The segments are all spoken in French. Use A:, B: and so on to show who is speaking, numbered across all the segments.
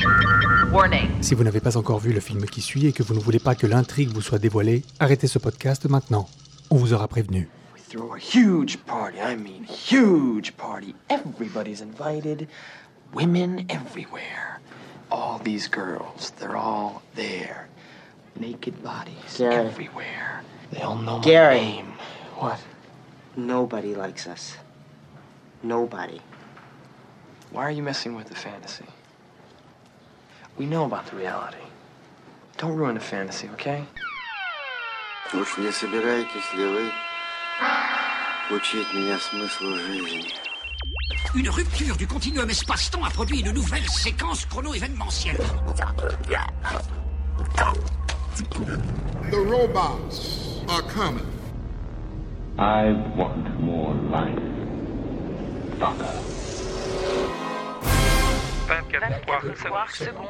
A: Warning.
B: Si vous n'avez pas encore vu le film qui suit et que vous ne voulez pas que l'intrigue vous soit dévoilée, arrêtez ce podcast maintenant. On vous aura prévenu.
C: We throw a huge party. I mean, huge party. Everybody's invited. Women everywhere. All these girls, they're all there. Naked bodies
D: Gary.
C: everywhere. They all know
D: Gary.
C: my name. What?
D: Nobody likes us. Nobody.
C: Why are you messing with the fantasy? We know about the reality. Don't ruin the fantasy, okay?
E: Уж не собираетесь ли вы учить меня смыслу жизни?
F: Une rupture du continuum espace-temps a produit une nouvelle séquence chrono-événementielle.
G: The robots are coming.
H: I want more life, Doctor.
A: 24 secondes.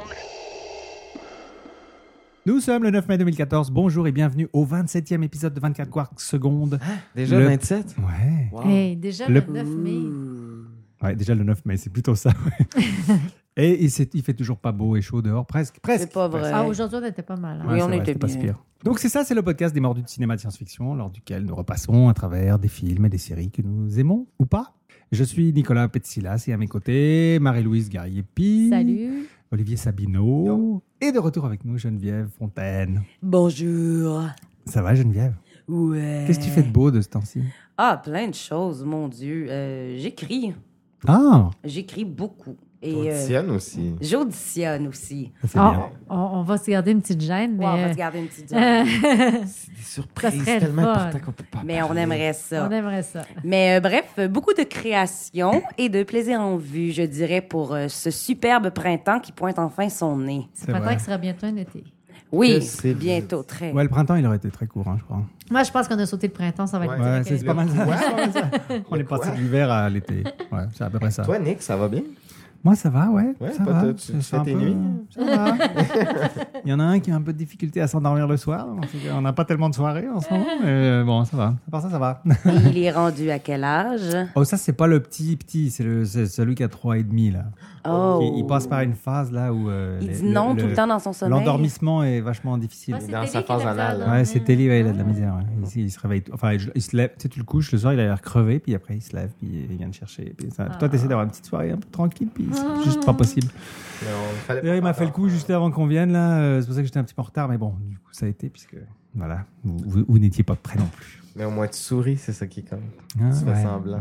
I: Nous sommes le 9 mai 2014. Bonjour et bienvenue au 27e épisode de 24 quarks secondes.
J: Déjà
I: Le-
J: 27?
I: Ouais.
J: Wow.
K: Hey, déjà
I: Le-
K: le 9 mai.
I: Ouais, déjà le 9 mai, c'est plutôt ça. Ouais. Et il fait toujours pas beau et chaud dehors, presque.
D: C'est pas vrai.
K: Ah, aujourd'hui, on était pas mal. hein.
D: Oui,
I: Ouais,
D: on
I: c'est vrai,
D: était
I: c'était pas
D: bien.
I: si pire. Donc c'est ça, c'est le podcast des mordus de cinéma de science-fiction, lors duquel nous repassons à travers des films et des séries que nous aimons ou pas. Je suis Nicolas Petsilas et à mes côtés, Marie-Louise Gariepi.
K: Salut.
I: Olivier Sabineau. Et de retour avec nous, Geneviève Fontaine.
D: Bonjour.
I: Ça va, Geneviève?
D: Ouais.
I: Qu'est-ce que tu fais de beau de ce temps-ci?
D: Ah, plein de choses, mon Dieu. J'écris.
I: Ah,
D: J'écris beaucoup. Et
J: Auditionne aussi.
D: j'auditionne aussi.
I: ça c'est
K: Ah,
I: bien.
K: on va se garder une petite gêne, mais
D: Ouais, on va se garder une petite job.
J: C'est des
K: Ça
J: surprises
K: serait
J: tellement
K: le fun.
J: importantes qu'on peut pas
D: Mais on
J: parler.
D: aimerait ça.
K: on aimerait ça.
D: Mais bref, beaucoup de création et de plaisir en vue, je dirais, pour ce superbe printemps qui pointe enfin son nez.
K: C'est
I: C'est
K: pas
I: vrai.
K: tant que ce sera bientôt un été.
D: Oui,
J: Que c'est
D: bientôt, très.
I: Ouais, le printemps, il aurait été très court, je crois.
K: Moi, je pense qu'on a sauté le printemps, ça va être
J: Ouais.
K: direct
I: Ouais, c'est pas mal ça.
J: Ouais.
I: C'est pas mal ça. On est passé de l'hiver à l'été. Ouais, c'est à peu près ça.
J: Toi, Nick, ça va bien?
I: Moi, ça va, ouais.
J: Ouais,
I: ça
J: pas
I: va.
J: toi, tu
I: Je
J: fais
I: un
J: tes
I: peu-
J: nuits?
I: Ça va. Il y en a un qui a un peu de difficulté à s'endormir le soir. Donc on n'a pas tellement de soirées en ce moment. Mais bon, ça va. À part ça, ça va.
D: Et il est rendu à quel âge?
I: Oh, ça, c'est pas le petit, c'est celui qui a 3 et demi, là.
D: Oh.
I: Il passe par une phase, là, où...
D: Il dit non tout le temps dans son sommeil.
I: L'endormissement est vachement difficile.
K: Ouais, c'est
J: Dans
K: Télé
J: sa
K: qui a
J: phase
K: de la misère à
J: anale.
K: dormir.
I: Ouais, c'est Telly, ouais, il a de la misère. Ouais. Il se réveille. Enfin, il se lève. Tu sais, tu le couches le soir, il a l'air crevé, puis après, il se lève, puis il vient te chercher. Puis ça. Toi, t'essaies d'avoir une petite soirée un peu tranquille, puis c'est juste pas possible.
J: Mais on fallait
I: D'ailleurs, il
J: pas
I: m'a fait le coup juste avant qu'on vienne, là. C'est pour ça que j'étais un petit peu en retard, mais bon, du coup, ça a été, puisque, voilà, vous n'étiez pas prêts non plus.
J: Mais au moins, tu souris, c'est ça qui compte.
I: Ah,
J: Tu fais
I: ouais,
J: semblant.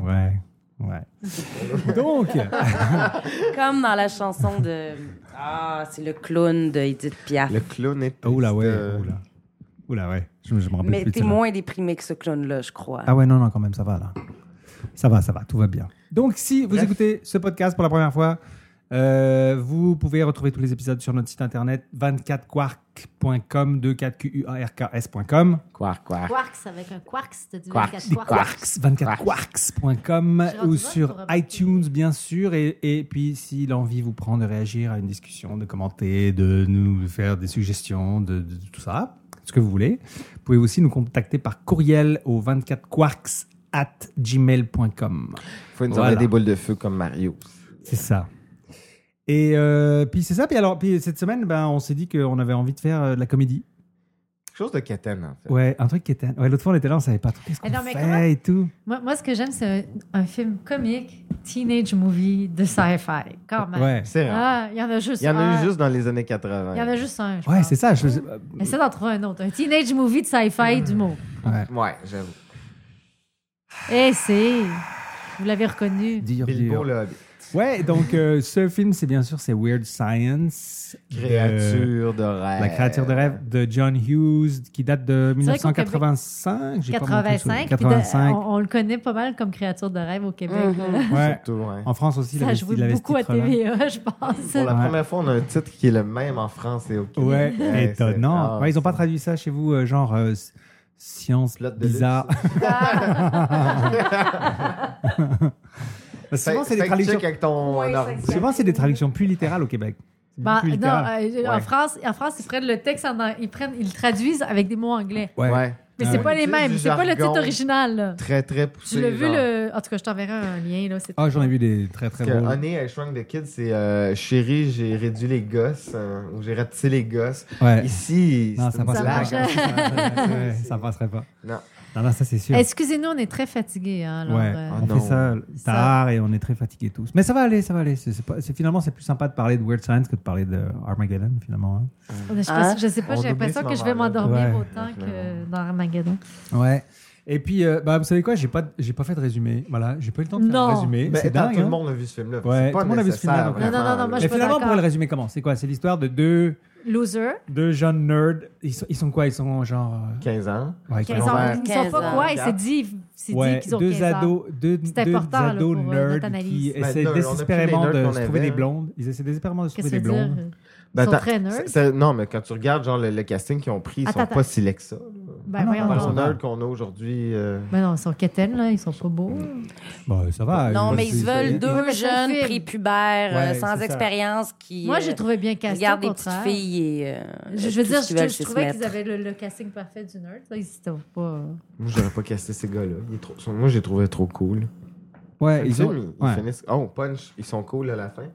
I: Ouais. Donc,
D: Comme dans la chanson de... Ah, c'est le clown de Edith Piaf.
J: Le clown est...
I: oula, ouais,
J: de-
I: oula. Oula, ouais. Je me rappelle
D: Mais
I: plus de
D: t'es
I: celle-là.
D: moins déprimé que ce clown-là, je crois.
I: Ah ouais, non, quand même, ça va, là. Ça va, tout va bien. Donc, si vous
J: Bref.
I: écoutez ce podcast pour la première fois, vous pouvez retrouver tous les épisodes sur notre site internet 24quarks.com, 24quarks.com.
J: Quark.
K: Quarks avec un quarks, t'as dit
J: Quarks.
K: 24 quarks.
I: 24quarks.com
K: J'ai rendu
I: ou
K: vote
I: sur
K: pour
I: iTunes, bien sûr. Et puis, si l'envie vous prend de réagir à une discussion, de commenter, de nous faire des suggestions, de tout ça, ce que vous voulez, vous pouvez aussi nous contacter par courriel au 24quarks@gmail.com.
J: Faut nous
I: Voilà.
J: envoyer des boules de feu comme Mario.
I: C'est ça. Et puis c'est ça. Puis cette semaine, on s'est dit qu'on avait envie de faire de la comédie.
J: Quelque chose de quétaine, en fait.
I: Ouais, un truc qui était. Ouais, l'autre fois on était là, on savait pas trop qu'est-ce qu'on
K: non, mais
I: fait
K: comment-
I: et tout.
K: Moi, ce que j'aime, c'est un film comique, teenage movie de sci-fi. Quand même.
I: Ouais.
J: C'est rare.
K: Ah, il y en a juste
J: Il y en a
K: un.
J: eu juste dans les années 80.
K: Il y en a juste un. je
I: Ouais,
K: pense.
I: c'est ça.
K: Essaie d'en trouver un autre. Un teenage movie de sci-fi d'humour.
I: Ouais.
J: Ouais, j'avoue.
K: Et c'est. Vous l'avez reconnu.
J: Bilbo le Hobbit.
I: Ouais, donc ce film, c'est Weird Science.
J: Créature de rêve.
I: La créature de rêve de John Hughes, qui date de
K: C'est vrai qu'au
I: 1985. J'ai pas mon truc sous-
K: 85.
I: 85.
K: On le connaît pas mal comme créature de rêve au Québec. là.
I: Ouais.
J: Surtout, ouais.
I: En France aussi, il
K: Ça a
I: avait,
K: joué
I: il avait ce
K: beaucoup à
I: titre-là.
K: TVA, je pense.
J: Pour la
I: Ouais.
J: première fois, on a un titre qui est le même en France et au Québec.
I: Ouais,
J: Ouais,
I: étonnant.
J: c'est-
I: Ouais, ils ont pas traduit ça chez vous, genre science
J: Plot de
I: bizarre. Parce que souvent, c'est des traductions.
J: Avec ton
D: Ouais,
J: ordi.
D: c'est
I: Souvent, c'est des traductions plus littérales au Québec. C'est
K: Ben,
I: plus
K: non,
I: littéral.
J: Ouais.
K: en France, ils prennent le texte, ils le traduisent avec des mots anglais.
I: Ouais.
J: Ouais.
K: Mais c'est pas les
J: Tu sais,
K: mêmes.
J: du
K: C'est pas le
J: jargon
K: titre original, là.
J: Très, très poussé.
K: Tu l'as vu,
J: genre.
K: le... En tout cas, je t'enverrai un lien, là.
I: Ah, j'en ai vu des très, très
J: Parce que
I: beaux.
J: Honey, I Shrunk the Kid, c'est chérie, j'ai réduit les gosses, ou j'ai rapetissé les gosses.
I: Ouais.
J: Ici,
I: Non,
J: c'est
I: ça
J: une
I: passerait pas.
J: blague.
I: Ouais, ça passerait pas.
J: Non.
I: Non, ça, c'est sûr.
K: Excusez-nous, on est très fatigués. Hein, alors,
I: Ouais, on
J: non.
I: fait ça tard et on est très fatigués tous. Mais ça va aller, ça va aller. Finalement, c'est plus sympa de parler de Weird Science que de parler de Armageddon, finalement. hein.
K: Je sais pas,
J: On
K: j'ai
J: oublie
K: l'impression
J: ce
K: que je vais
J: moment-là.
K: m'endormir
I: Ouais.
K: autant que dans Armageddon.
I: Ouais. Et puis, vous savez quoi, j'ai pas fait de résumé. Voilà, j'ai pas eu le temps de faire
K: Non.
I: un résumé.
J: Mais
I: C'est
J: attends,
I: dingue.
J: tout le
I: hein.
J: monde a vu ce film-là.
I: Ouais,
J: C'est pas
I: tout le monde a vu ce film-là,
J: nécessaire,
I: donc-
K: Non,
J: vraiment,
K: non, moi,
J: là.
K: je
I: Mais
K: suis pas
I: finalement, on pourrait le
K: d'accord.
I: résumer comment? C'est quoi? C'est l'histoire de deux
K: Loser.
I: jeunes nerds. Ils sont quoi? Ils sont genre.
J: 15 ans.
I: Ouais,
K: 15 ans. Ils sont
D: 15
K: pas
D: ans.
K: quoi? Il s'est dit
I: Ouais,
K: qu'ils ont
I: deux
K: 15 ans.
I: ados, deux
K: C'est important, là,
I: ados
K: pour,
I: nerds
K: notre
I: qui
K: analyse.
J: Ben,
I: essaient
J: nerds, on a plus les
I: désespérément
J: nerds
I: de
J: qu'on
I: se trouver
J: avait,
I: des
J: hein.
I: blondes. Ils essaient désespérément de se
K: Qu'est-ce
I: trouver
K: que
I: des
K: ça veut
I: blondes.
K: dire?
J: Ben,
K: Ils sont
J: attends,
K: très nerds.
J: non, mais quand tu regardes genre le casting qu'ils ont pris, ils sont
K: Attends,
J: pas si laids que ça.
K: Ben, voyons
J: Par
K: donc.
J: les nerds qu'on a aujourd'hui.
K: Ben non, ils sont quétaines, là. Ils sont pas beaux.
I: Bon, ça va.
D: Non, mais ils se veulent
K: Ouais,
D: deux
K: mais c'est un
D: jeunes
K: film.
D: prépubères
I: Ouais,
D: sans
I: c'est ça.
D: expérience qui
K: Moi, j'ai trouvé bien casté.
D: regardent
K: au
D: des petites
K: contraire.
D: filles et
K: Je veux
D: tout
K: dire,
D: ce qu'ils veulent,
K: je
D: c'est se
K: trouvais qu'ils
D: mettre.
K: avaient le casting parfait du nerd. Là, ils étaient pas...
J: Moi, j'aurais pas casté ces gars-là. Moi, j'ai trouvé trop cool.
I: Ouais,
J: Le
I: ils
J: film,
I: ont.
J: ils
I: Ouais.
J: finissent. Oh, Punch, ils sont cool à la fin.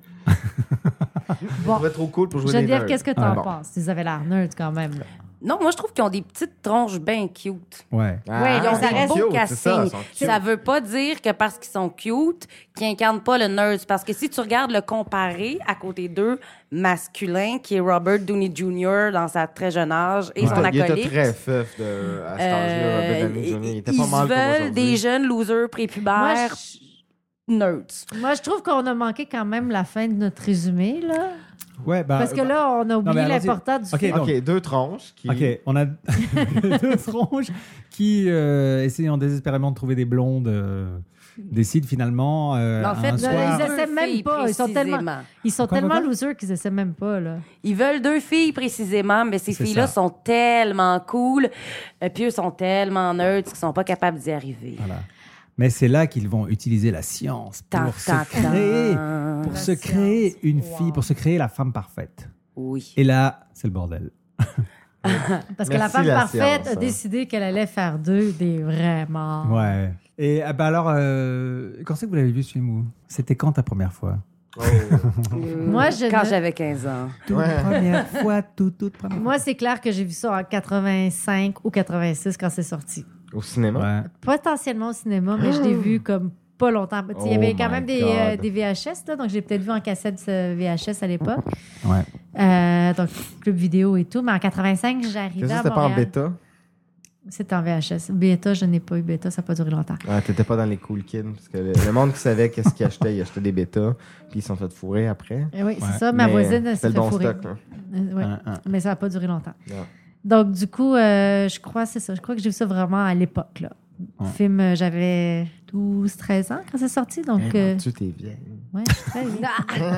J: Je
K: Bon.
J: trouvais trop cool pour jouer des
K: Geneviève,
J: nerds.
K: qu'est-ce que t'en
J: Ah, bon.
K: penses? Ils avaient l'air nerds quand même, là.
D: Non, moi, je trouve qu'ils ont des petites tronches bien cute.
I: Ouais.
J: Ah,
D: Ils ont
K: ça
D: des
K: reste
D: beaux
J: cute, c'est
D: castings.
J: ça, ils sont cute.
D: Ça veut pas dire que parce qu'ils sont cute, qu'ils incarnent pas le nerd. Parce que si tu regardes le comparé à côté d'eux, masculin, qui est Robert Downey Jr. dans sa très jeune âge et son
J: Il était
D: acolyte.
J: très feuf à cet âge-là, Robert Downey Jr. Il était pas
D: ils
J: mal comme
D: veulent
J: aujourd'hui.
D: des jeunes losers
K: Moi,
D: prépubères nerds.
K: Moi, je trouve qu'on a manqué quand même la fin de notre résumé, là.
I: Ouais, bah,
K: Parce que là, on a oublié
I: allons-y.
K: l'important du
I: Ok,
K: film.
I: donc-
J: OK, deux tronches qui...
I: Ok, on a deux tronches qui, essayant désespérément de trouver des blondes, décident finalement
D: Mais en
I: un
D: fait,
I: soir.
K: ils essaient
D: deux
K: même
D: filles,
K: pas. Ils sont
I: Quoi,
K: tellement
I: quoi?
K: losers qu'ils essaient même pas, là.
D: Ils veulent deux filles précisément, mais ces
I: C'est
D: filles-là
I: ça.
D: sont tellement cool, puis eux sont tellement nerds qu'ils sont pas capables d'y arriver.
I: Voilà. Mais c'est là qu'ils vont utiliser la science pour
D: Tan,
I: se
D: tan,
I: créer,
D: tan.
I: pour
K: La
I: se créer
K: science,
I: une
K: wow.
I: fille, pour se créer la femme parfaite.
D: Oui.
I: Et là, c'est le bordel.
K: Parce que la
J: Merci,
K: femme
J: la
K: parfaite
J: science,
K: a
J: hein.
K: décidé qu'elle allait faire des vraiment.
I: Ouais. Et alors, quand c'est que vous l'avez vu ce film ou c'était quand ta première fois?
J: Oh.
K: Moi, je
D: Quand
K: ne-
D: j'avais 15 ans.
I: Toute
J: Ouais.
I: première fois, toute première fois.
K: Moi, c'est clair que j'ai vu ça en 85 ou 86 quand c'est sorti.
J: Au cinéma?
I: Ouais.
K: Potentiellement au cinéma, mais je l'ai vu comme pas longtemps. Tu sais, il y
J: Oh
K: avait quand
J: my
K: même
J: God.
K: des VHS, là, donc j'ai peut-être vu en cassette VHS à l'époque.
I: Ouais.
K: Donc, club vidéo et tout. Mais en 85, j'arrivais
J: Qu'est-ce que
K: à
J: c'était pas en
K: Montréal.
J: bêta?
K: C'était en VHS. Bêta, je n'ai pas eu bêta, ça n'a pas duré longtemps.
J: Ah, t'étais pas dans les cool kids, parce que le monde qui savait qu'est-ce qu'il achetait, il achetait des bêtas, puis ils se sont fait fourrer après.
K: Et oui,
I: Ouais.
K: c'est ça. Ma
J: Mais
K: voisine, elle
J: c'était
K: s'est
J: le
K: fait
J: bon
K: fourrer.
J: stock, là.
K: Ouais.
I: Un.
K: Mais ça n'a pas duré longtemps.
J: Non.
K: Donc, du coup, je crois c'est ça. Je crois que j'ai vu ça vraiment à l'époque. Là. Le
I: Ouais.
K: film, j'avais 12-13 ans quand c'est sorti. Donc,
J: Tu t'es vieille.
K: ouais, je suis très vieille.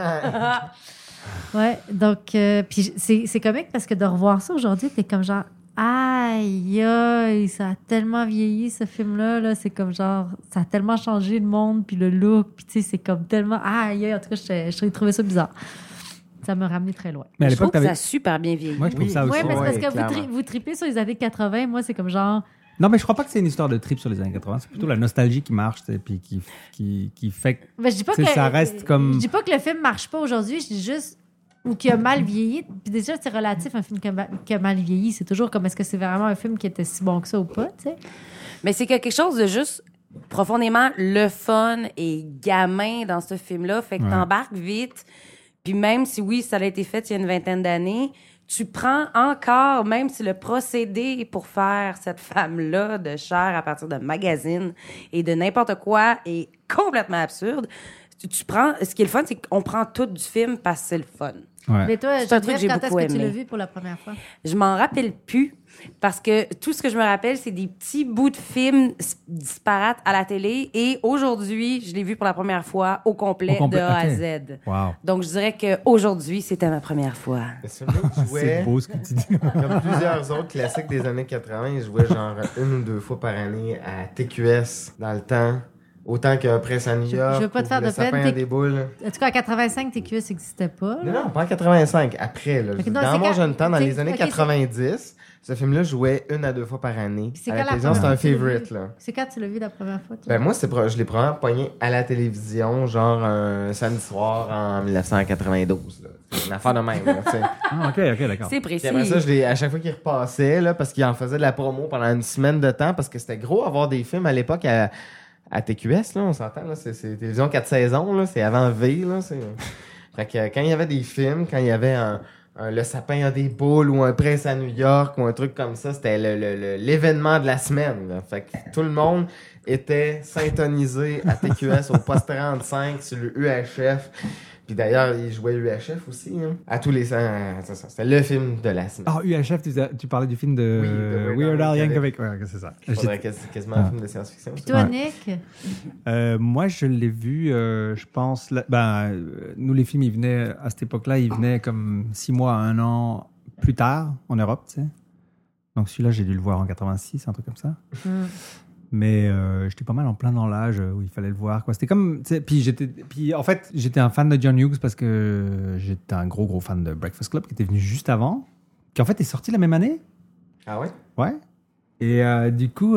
K: Ouais, donc, puis c'est comique parce que de revoir ça aujourd'hui, t'es comme genre, aïe, aïe, ça a tellement vieilli ce film-là. Là, c'est comme genre, ça a tellement changé le monde, puis le look, puis tu sais, c'est comme tellement, aïe, aïe, en tout cas, j'ai trouvé ça bizarre. Ça m'a ramené très loin.
I: Mais à
D: Je trouve
I: l'époque,
D: que ça
I: t'avais.
D: a super bien vieilli.
I: Moi, je trouve
J: Oui.
I: ça aussi.
K: Ouais, mais c'est parce que
J: clairement.
K: vous tripez sur les années 80. Moi, c'est comme genre,
I: Non, mais je crois pas que c'est une histoire de trip sur les années 80. C'est plutôt la nostalgie qui marche, tu sais, puis qui fait que.
K: ben, je dis pas
I: Tu
K: que
I: sais, ça reste comme-
K: Je dis pas que le film marche pas aujourd'hui. Je dis juste ou qu'il a mal vieilli. Puis déjà, c'est relatif un film qui a mal vieilli. C'est toujours comme est-ce que c'est vraiment un film qui était si bon que ça ou pas, tu sais.
D: Mais c'est quelque chose de juste profondément le fun et gamin dans ce film-là. Fait que
I: Ouais.
D: t'embarques vite. Puis même si, oui, ça a été fait il y a une vingtaine d'années, tu prends encore, même si le procédé pour faire cette femme-là de chair à partir de magazines et de n'importe quoi est complètement absurde, tu prends... Ce qui est le fun, c'est qu'on prend tout du film parce que c'est le fun.
I: Ouais.
K: Mais toi,
D: C'est un truc que j'ai
K: Geneviève, quand
D: beaucoup
K: est-ce que tu
D: aimé.
K: l'as vu pour la première fois?
D: Je m'en rappelle plus parce que tout ce que je me rappelle, c'est des petits bouts de films disparates à la télé. Et aujourd'hui, je l'ai vu pour la première fois au complet, de A à
I: ok.
D: Z.
I: Wow.
D: Donc, je dirais qu'aujourd'hui, c'était ma première fois.
J: Ce film-là, il
I: C'est
J: jouait,
I: beau ce que tu dis.
J: comme plusieurs autres classiques des années 80, il jouait genre une ou deux fois par année à TQS dans le temps. Autant qu'un Prince à New York.
K: Je veux pas te faire
J: ou
K: de
J: Le sapin
K: peine.
J: à des boules.
K: En tout cas, en 85, TQS n'existait pas. Là.
J: Non, pas en 85. Après, là.
K: Ok, non,
J: Dans
K: c'est
J: mon
K: quand-
J: jeune temps, dans
K: c'est-
J: les années
K: ok,
J: 90, ce film-là jouait 1 à 2 fois par année.
K: C'est
J: À
K: quand
J: la
K: la
J: télévision, c'était
K: première
J: un
K: fois que tu l'as
J: favorite,
K: vu?
J: là.
K: C'est quand tu l'as vu la première fois? Toi?
J: Ben moi, je l'ai probablement pogné à la télévision, genre un samedi soir en 1992. Là. C'est une affaire de même. Là, tu sais.
I: Ah, ok, d'accord.
D: C'est
J: Puis
D: précis.
J: après ça, à chaque fois qu'il repassait, là, parce qu'il en faisait de la promo pendant une semaine de temps, parce que c'était gros avoir des films à l'époque à TQS, là, on s'entend, là, c'est télévision 4 saisons, là, c'est avant V, là, Fait que quand il y avait des films, quand il y avait Le sapin à des boules ou un Prince à New York ou un truc comme ça, c'était l'événement de la semaine, là. Fait que tout le monde était syntonisé à TQS au poste 35 sur le UHF. Puis d'ailleurs, il jouait UHF aussi, hein. À tous les c'est ça. C'était le film de la semaine.
I: Ah, UHF, tu parlais du film de,
J: Oui, de
I: Weird Al
J: Yankovic.
I: Yankovic. Ouais, c'est ça.
J: Il faudrait quasiment un film de science-fiction.
K: Puis toi, Nick?
I: Moi, je l'ai vu, je pense... nous, les films, ils venaient, à cette époque-là, ils venaient comme 6 mois à 1 an plus tard en Europe, tu sais. Donc celui-là, j'ai dû le voir en 86, un truc comme ça. Mais j'étais pas mal en plein dans l'âge où il fallait le voir, quoi. C'était comme... Puis en fait, j'étais un fan de John Hughes parce que j'étais un gros fan de Breakfast Club qui était venu juste avant, qui en fait est sorti la même année.
J: Ah ouais?
I: Ouais. Et du coup,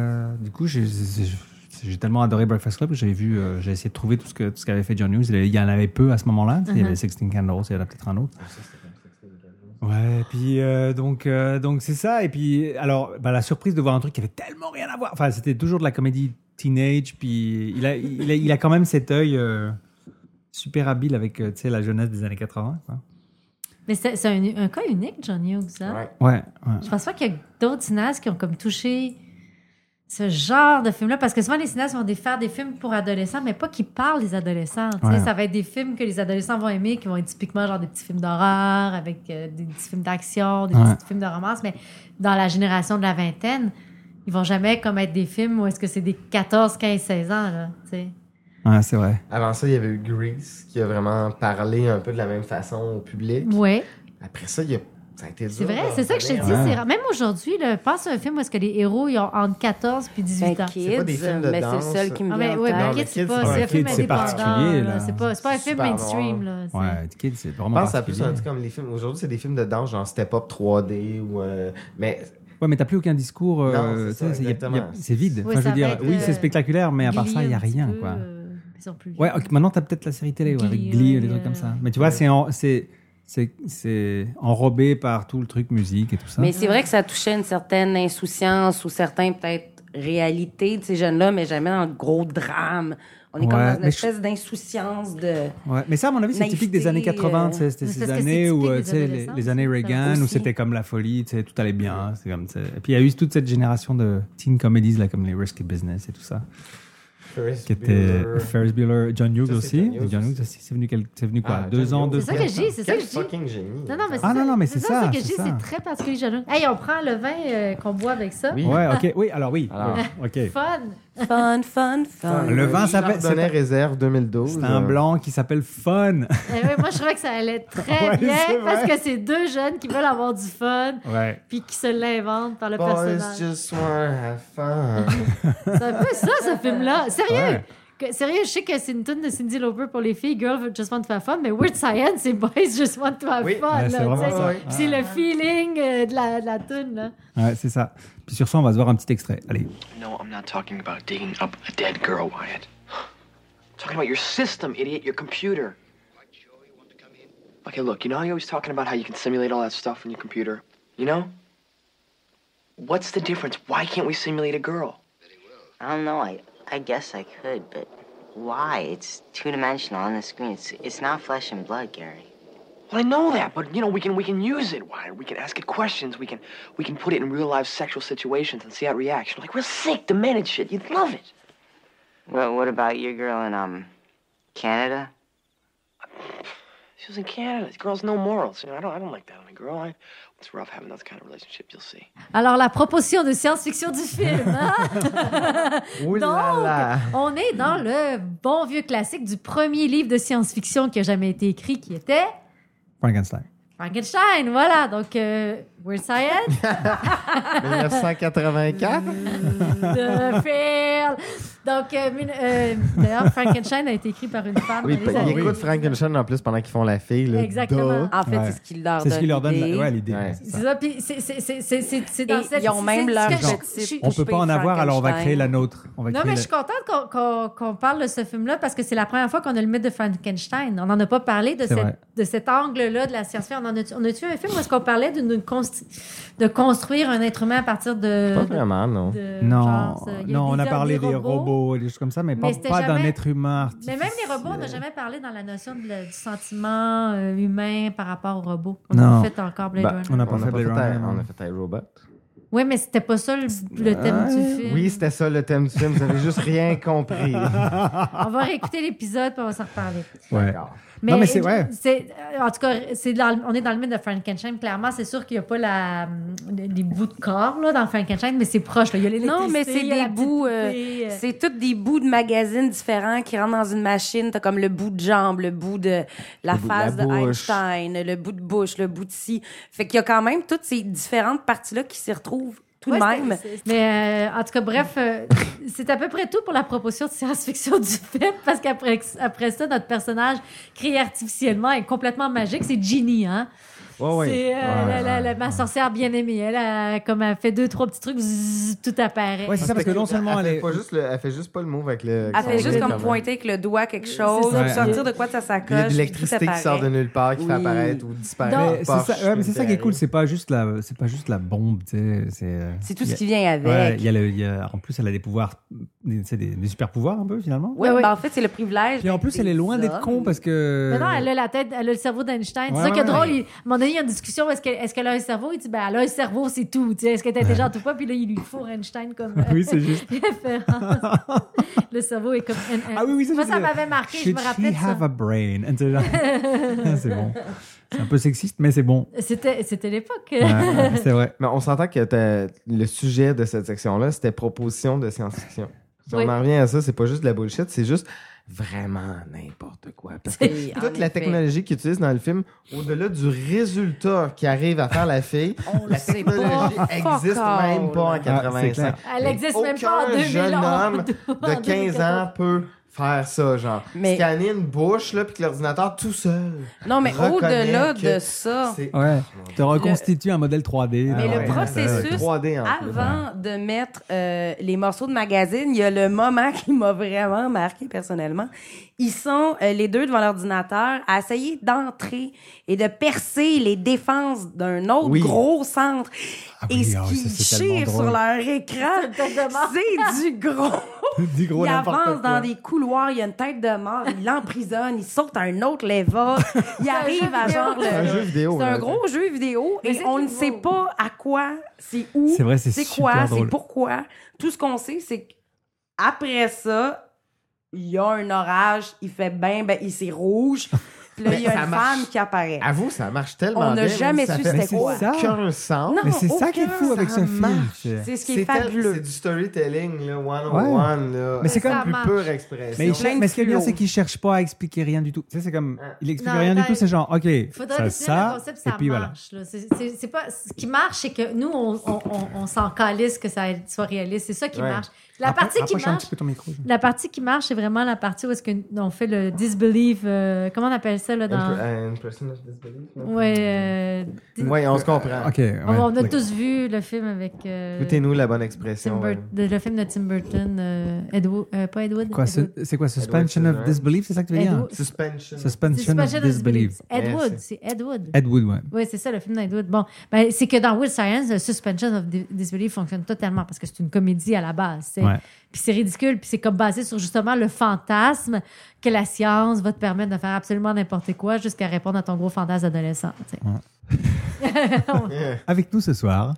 I: j'ai tellement adoré Breakfast Club que j'ai essayé de trouver tout ce qu'avait fait John Hughes. Il y en avait peu à ce moment-là. Il y avait 16 Candles, il y en a peut-être un autre. Ouais, puis donc c'est ça. Et puis, alors, la surprise de voir un truc qui avait tellement rien à voir. Enfin, c'était toujours de la comédie teenage, puis il a quand même cet œil super habile avec, tu sais, la jeunesse des années 80, quoi.
K: Mais c'est un cas unique, John Hughes, hein?
I: Ouais.
K: Je pense pas qu'il y a d'autres cinéastes qui ont comme touché ce genre de film-là, parce que souvent les cinéastes vont faire des films pour adolescents, mais pas qui parlent des adolescents.
I: Ouais.
K: Ça va être des films que les adolescents vont aimer, qui vont être typiquement genre des petits films d'horreur, avec des petits films d'action, des petits films de romance, mais dans la génération de la vingtaine, ils vont jamais comme être des films où est-ce que c'est des 14, 15, 16 ans, là, tu sais.
I: Ouais, c'est vrai.
J: Avant ça, il y avait eu Grease, qui a vraiment parlé un peu de la même façon au public.
K: Ouais.
J: Après ça, ça a été dur.
K: C'est vrai, c'est ça que je te dis.
J: Ouais.
K: Même aujourd'hui, là, pense à un film où est-ce que les héros ils ont entre 14 puis 18 ans.
J: C'est pas des films de
D: mais
J: danse.
D: c'est celle qui me
K: Ah,
D: vient
K: ben,
D: en
K: ouais,
D: tête.
K: mais
J: Non,
K: Kids,
J: mais
K: c'est
J: Kids,
K: pas
J: c'est
K: un film
I: Kids, c'est
K: indépendant.
I: particulier, là.
K: C'est pas un film
J: Super
K: mainstream. Là, c'est-
I: Ouais, Kids, c'est vraiment
J: Je pense à plus
I: particulier.
J: un truc comme les films. Aujourd'hui, c'est des films de danse, genre Step Up 3D ou. Mais.
I: Ouais, mais t'as plus aucun discours.
J: Non, c'est
I: tu
J: ça,
I: sais,
J: exactement.
I: c'est vide.
K: Oui,
I: Enfin, je
K: ça
I: veux dire,
K: va être,
I: oui, c'est spectaculaire, mais à part
K: Glee
I: ça, il n'y a
K: un petit
I: rien,
K: peu,
I: quoi.
K: ils sont plus
I: Ouais,
K: vieux.
I: ok, maintenant, t'as peut-être la série télé, ouais, avec Glee, des trucs comme ça. Mais tu vois, c'est enrobé par tout le truc musique et tout ça.
D: Mais c'est vrai que ça touchait une certaine insouciance ou certains, peut-être, réalités de ces jeunes-là, mais jamais dans le gros drame. On est comme
I: Ouais,
D: dans une
I: mais
D: espèce d'insouciance de...
I: Ouais, mais ça, à mon avis, c'est typique des années 80. tu sais, C'était
K: Mais
I: ces
K: c'est parce que
I: années
K: c'est
I: où,
K: typique
I: tu sais,
K: des
I: les années Reagan, où
K: aussi.
I: c'était comme la folie, tu sais, tout allait bien. C'est comme, tu sais. Et puis, il y a eu toute cette génération de teen comedies, là, comme les Risky Business et tout ça. Qui était Ferris Bueller, John Hughes
J: Ça, c'est
I: aussi.
J: John Hughes
I: John Hughes, c'est venu quoi?
J: Ah,
I: 2
J: John
I: ans,
J: Hughes.
I: 2
K: C'est ça que je dis, c'est ça que je dis.
J: fucking génie.
K: Non, mais
I: Ah, non, mais c'est ça,
K: que je
I: c'est
K: dis,
I: ça.
K: c'est très particulier, John. Hey, on prend le vin qu'on boit avec ça.
J: Oui.
I: Ouais, ok, oui, alors oui.
J: Alors.
I: Ok.
K: Fun.
D: Fun.
I: Le vin s'appelle.
J: Chardonnay réserve 2012.
I: C'est un blanc qui s'appelle Fun.
K: Ouais, moi, je trouvais que ça allait très
I: Ouais,
K: bien
I: c'est vrai.
K: parce que c'est deux jeunes qui veulent avoir du fun
I: Ouais.
K: puis qui se l'inventent par le
J: Boys
K: personnage.
J: just wanna have fun.
K: C'est un peu ça, ce film-là. Sérieux.
I: Ouais.
K: Sérieux, je sais que c'est une tune de Cyndi Lauper pour les filles, Girls Just Want to Have Fun, mais Weird Science, c'est Boys Just Want to Have
J: Oui.
K: Fun.
I: Ouais,
K: là,
I: c'est vraiment
K: tu sais.
I: ça.
K: Puis c'est le feeling de la tune. Là.
I: Ouais, c'est ça. Puis sur ça, on va se voir un petit extrait. Allez.
C: No, I'm not talking about digging up a dead girl, Wyatt. I'm talking about your system, idiot, your computer. Okay, look, you know how you're always talking about how you can simulate all that stuff in your computer? You know? What's the difference? Why can't we simulate a girl?
L: I don't know. I guess I could, but why? It's two-dimensional on the screen. It's not flesh and blood, Gary.
C: Well, I know that, but you know we can use it. Wyatt. We can ask it questions. We can put it in real life sexual situations and see how it reacts. Like real sick, demented shit. You'd love it.
L: Well, what about your girl in Canada?
C: She was in Canada. Girls no morals. You know, I don't like that on a girl. It's rough having that kind of relationship. You'll see.
K: Alors, la proposition de science-fiction du film. Hein?
J: Ouh là
K: Donc,
J: là.
K: on est dans le bon vieux classique du premier livre de science-fiction qui a jamais été écrit, qui était
I: Frankenstein.
K: Frankenstein. Voilà, donc Weird Science.
J: 1984.
K: de Phil. Donc, d'ailleurs, Frankenstein a été écrit par une femme.
J: Oui,
K: dans les années-
J: ils écoutent Frankenstein en plus pendant qu'ils font la fille. Là.
K: Exactement.
D: En fait, c'est ce qui leur
I: C'est ce qui leur donne
D: l'idée.
I: l'idée.
J: Ouais.
K: C'est ça, puis c'est dans
D: Et
K: cette...
D: ils ont même
K: c'est-
D: leur
K: c'est-
D: petit
I: On peut pas en avoir, alors on va créer la nôtre. On va
K: Non,
I: créer
K: mais je suis contente qu'on parle de ce film-là parce que c'est la première fois qu'on a le mythe de Frankenstein. On n'en a pas parlé
I: C'est vrai.
K: de cet angle-là de la science-fiction. On a-tu un film où est-ce qu'on parlait de construire un être humain à partir de...
J: Pas vraiment, non.
I: Non,
K: genre, il y a
I: non, on a
K: des
I: parlé des robots et des choses comme ça, mais pas
K: c'était
I: d'un
K: jamais-
I: être humain
K: Mais
I: artificiel.
K: même les robots, on n'a jamais parlé dans la notion du sentiment humain par rapport aux robots. On
I: Non.
K: a fait encore Blade Runner.
I: On n'a pas fait Blade Runner.
J: On a fait iRobot.
K: Oui, mais c'était pas ça le thème du film.
J: Oui, c'était ça le thème du film. Vous avez juste rien compris.
K: On va réécouter l'épisode puis on va s'en reparler.
I: Ouais. Non, mais c'est vrai.
K: En tout cas, on est dans le mythe de Frankenstein. Clairement, c'est sûr qu'il n'y a pas des bouts de corps là, dans Frankenstein, mais c'est proche. Là. Il y a l'électricité,
D: Non, mais c'est
K: il y a la
D: des
K: petite
D: bouts.
K: poupée,
D: C'est tous des bouts de magazines différents qui rentrent dans une machine. T'as comme le bout de jambe, le bout de la
J: bout de
D: face
J: la
D: de
J: bouche.
D: Einstein, le bout de bouche, le bout de ci. Fait qu'il y a quand même toutes ces différentes parties-là qui s'y retrouvent tout de
K: Ouais,
D: même.
K: Mais en tout cas, bref, c'est à peu près tout pour la proposition de science-fiction du film, parce qu'après ça, notre personnage créé artificiellement est complètement magique. C'est Ginny, hein?
J: Ouais.
K: C'est ma sorcière bien-aimée. Elle fait 2-3 petits trucs, zzz, tout apparaît.
I: Ouais, c'est ça, parce que non seulement elle est.
J: Elle fait juste pas le move avec le.
D: Elle fait juste comme
J: pointer.
D: pointer avec le doigt quelque chose,
K: ça.
D: ou sortir de quoi de sa sacoche.
J: Il y a de
D: puis
J: l'électricité
D: tout
J: qui sort de
D: apparaît.
J: nulle part, qui fait
D: Oui.
J: apparaître ou disparaître.
K: Non.
I: Mais c'est ça, mais c'est ça qui est cool, c'est pas juste la bombe, tu sais.
D: C'est tout ce qui vient avec.
I: Ouais, en plus, elle a des pouvoirs, des super pouvoirs un peu finalement.
D: Oui,
K: Ouais.
D: en fait, c'est le privilège.
I: Puis en plus, elle est loin d'être con parce que.
K: Mais non, elle a la tête, elle a le cerveau d'Einstein. C'est
I: Ouais,
K: ça qui est
I: ouais,
K: drôle.
I: ouais.
K: À un moment donné, il y a une discussion. Est-ce qu'elle a un cerveau? Il dit, elle a un cerveau, c'est tout. Tu sais, est-ce qu'elle est intelligente ou pas? Puis là, il lui faut Einstein comme
I: Oui, c'est juste.
K: référence. Le cerveau est comme...
I: Ah oui,
K: Moi, ça m'avait marqué. Je
I: Should
K: me rappelais de
I: she
K: ça.
I: have a brain? And c'est là- c'est bon. C'est un peu sexiste, mais c'est bon.
K: C'était l'époque.
I: Ouais, c'est vrai.
J: Mais on s'entend que le sujet de cette section-là, c'était proposition de science-fiction. Si
K: Oui.
J: on en revient à ça, c'est pas juste de la bullshit, c'est juste vraiment n'importe quoi. Parce que
D: Oui, en
J: toute la
D: effet.
J: technologie qu'ils utilisent dans le film, au-delà du résultat qui arrive à faire la fille,
D: On le
J: la
D: sait
J: technologie
D: pas.
J: existe
D: Fuck
J: même pas en
D: all.
I: c'est
J: 85.
I: clair.
K: Elle existe même pas en
J: Aucun
K: 2011.
J: jeune homme
K: En
J: de 15 ans peut faire ça, genre.
D: Mais-
J: Scanner une bouche, là, puis que l'ordinateur tout seul.
D: Non, mais
J: reconnaît
D: au-delà
J: que
D: de ça,
J: c'est-
I: Ouais. Tu reconstitues un modèle 3D.
D: mais
J: Ah
D: le
J: ouais,
D: processus,
J: 3D en plus.
D: avant de mettre les morceaux de magazine, il y a le moment qui m'a vraiment marqué personnellement. Ils sont les deux devant l'ordinateur à essayer d'entrer et de percer les défenses d'un autre
J: Oui.
D: gros centre.
I: Ah
D: et
I: oui,
D: ce
I: ah,
D: qui
I: ça, c'est tellement
D: chire
I: drôle.
D: sur leur écran, c'est du gros.
I: Du gros
D: Il
I: n'importe
D: avance
I: quoi.
D: dans des couloirs, il y a une tête de mort, il l'emprisonne, il saute à un autre level, il arrive à genre
J: C'est un jeu vidéo.
D: c'est
J: là.
D: un gros jeu vidéo
K: Mais
D: et
K: c'est
D: on ne
K: nouveau.
D: sait pas à quoi, c'est où,
I: C'est vrai, c'est
D: quoi,
I: super
D: c'est
I: drôle.
D: pourquoi. Tout ce qu'on sait, c'est qu'après ça, il y a un orage, il fait c'est rouge. Puis là,
J: Mais
D: il y a
J: ça
D: une
J: marche.
D: femme qui apparaît.
J: Avoue, ça marche tellement
D: On n'a
J: bien,
D: jamais
J: ça
D: su
J: fait
D: c'était
I: c'est
D: quoi.
I: ça.
J: aucun sens.
D: Non,
I: Mais c'est ça qui est fou
J: aucun,
I: avec ce
J: ça
I: film.
J: marche.
D: C'est ce qui est fabuleux.
J: C'est du storytelling, là, 101, là.
I: Mais c'est
J: la
K: comme-
J: plus
K: ça
J: pure
K: marche.
J: expression.
I: Mais,
D: plein de
I: mais ce qui est bien,
D: fluo.
I: c'est qu'il cherche pas à expliquer rien du tout. Tu sais, c'est comme, il explique
K: Non,
I: rien du
K: attends,
I: tout, c'est genre, OK,
K: Faudrait
I: ça,
K: définir le concept,
I: et
K: ça
I: puis voilà.
K: marche. Là. C'est pas, ce qui marche, c'est que nous, on s'en calisse que ça soit réaliste. C'est ça qui
J: Ouais.
K: marche. La partie qui
I: Approche un
K: marche,
I: petit peu ton micro.
K: la partie qui marche, c'est vraiment la partie où est-ce qu'on fait le disbelief. Comment on appelle ça là dans?
J: Impression of disbelief. non?
K: Ouais.
J: Ouais, on se comprend.
I: OK, ouais.
K: On a
I: d'accord.
K: tous vu le film avec.
J: Écoutez-nous la bonne expression. ouais.
K: Le film de Tim Burton, pas Edward.
I: Quoi, c'est quoi, Suspension
J: Edward
I: of Disbelief, c'est ça que tu veux dire?
K: Edward.
J: Suspension.
I: Suspension of Disbelief.
K: Edward,
J: Merci.
K: c'est Edward.
I: Ed Wood, ouais.
K: Oui, c'est ça, le film d'Edward. Bon, ben, c'est que dans Weird Science, Suspension of Disbelief fonctionne totalement parce que c'est une comédie à la base. C'est-
I: Ouais.
K: Puis c'est ridicule, puis c'est comme basé sur justement le fantasme que la science va te permettre de faire absolument n'importe quoi jusqu'à répondre à ton gros fantasme adolescent. Tu sais.
I: Avec nous ce soir.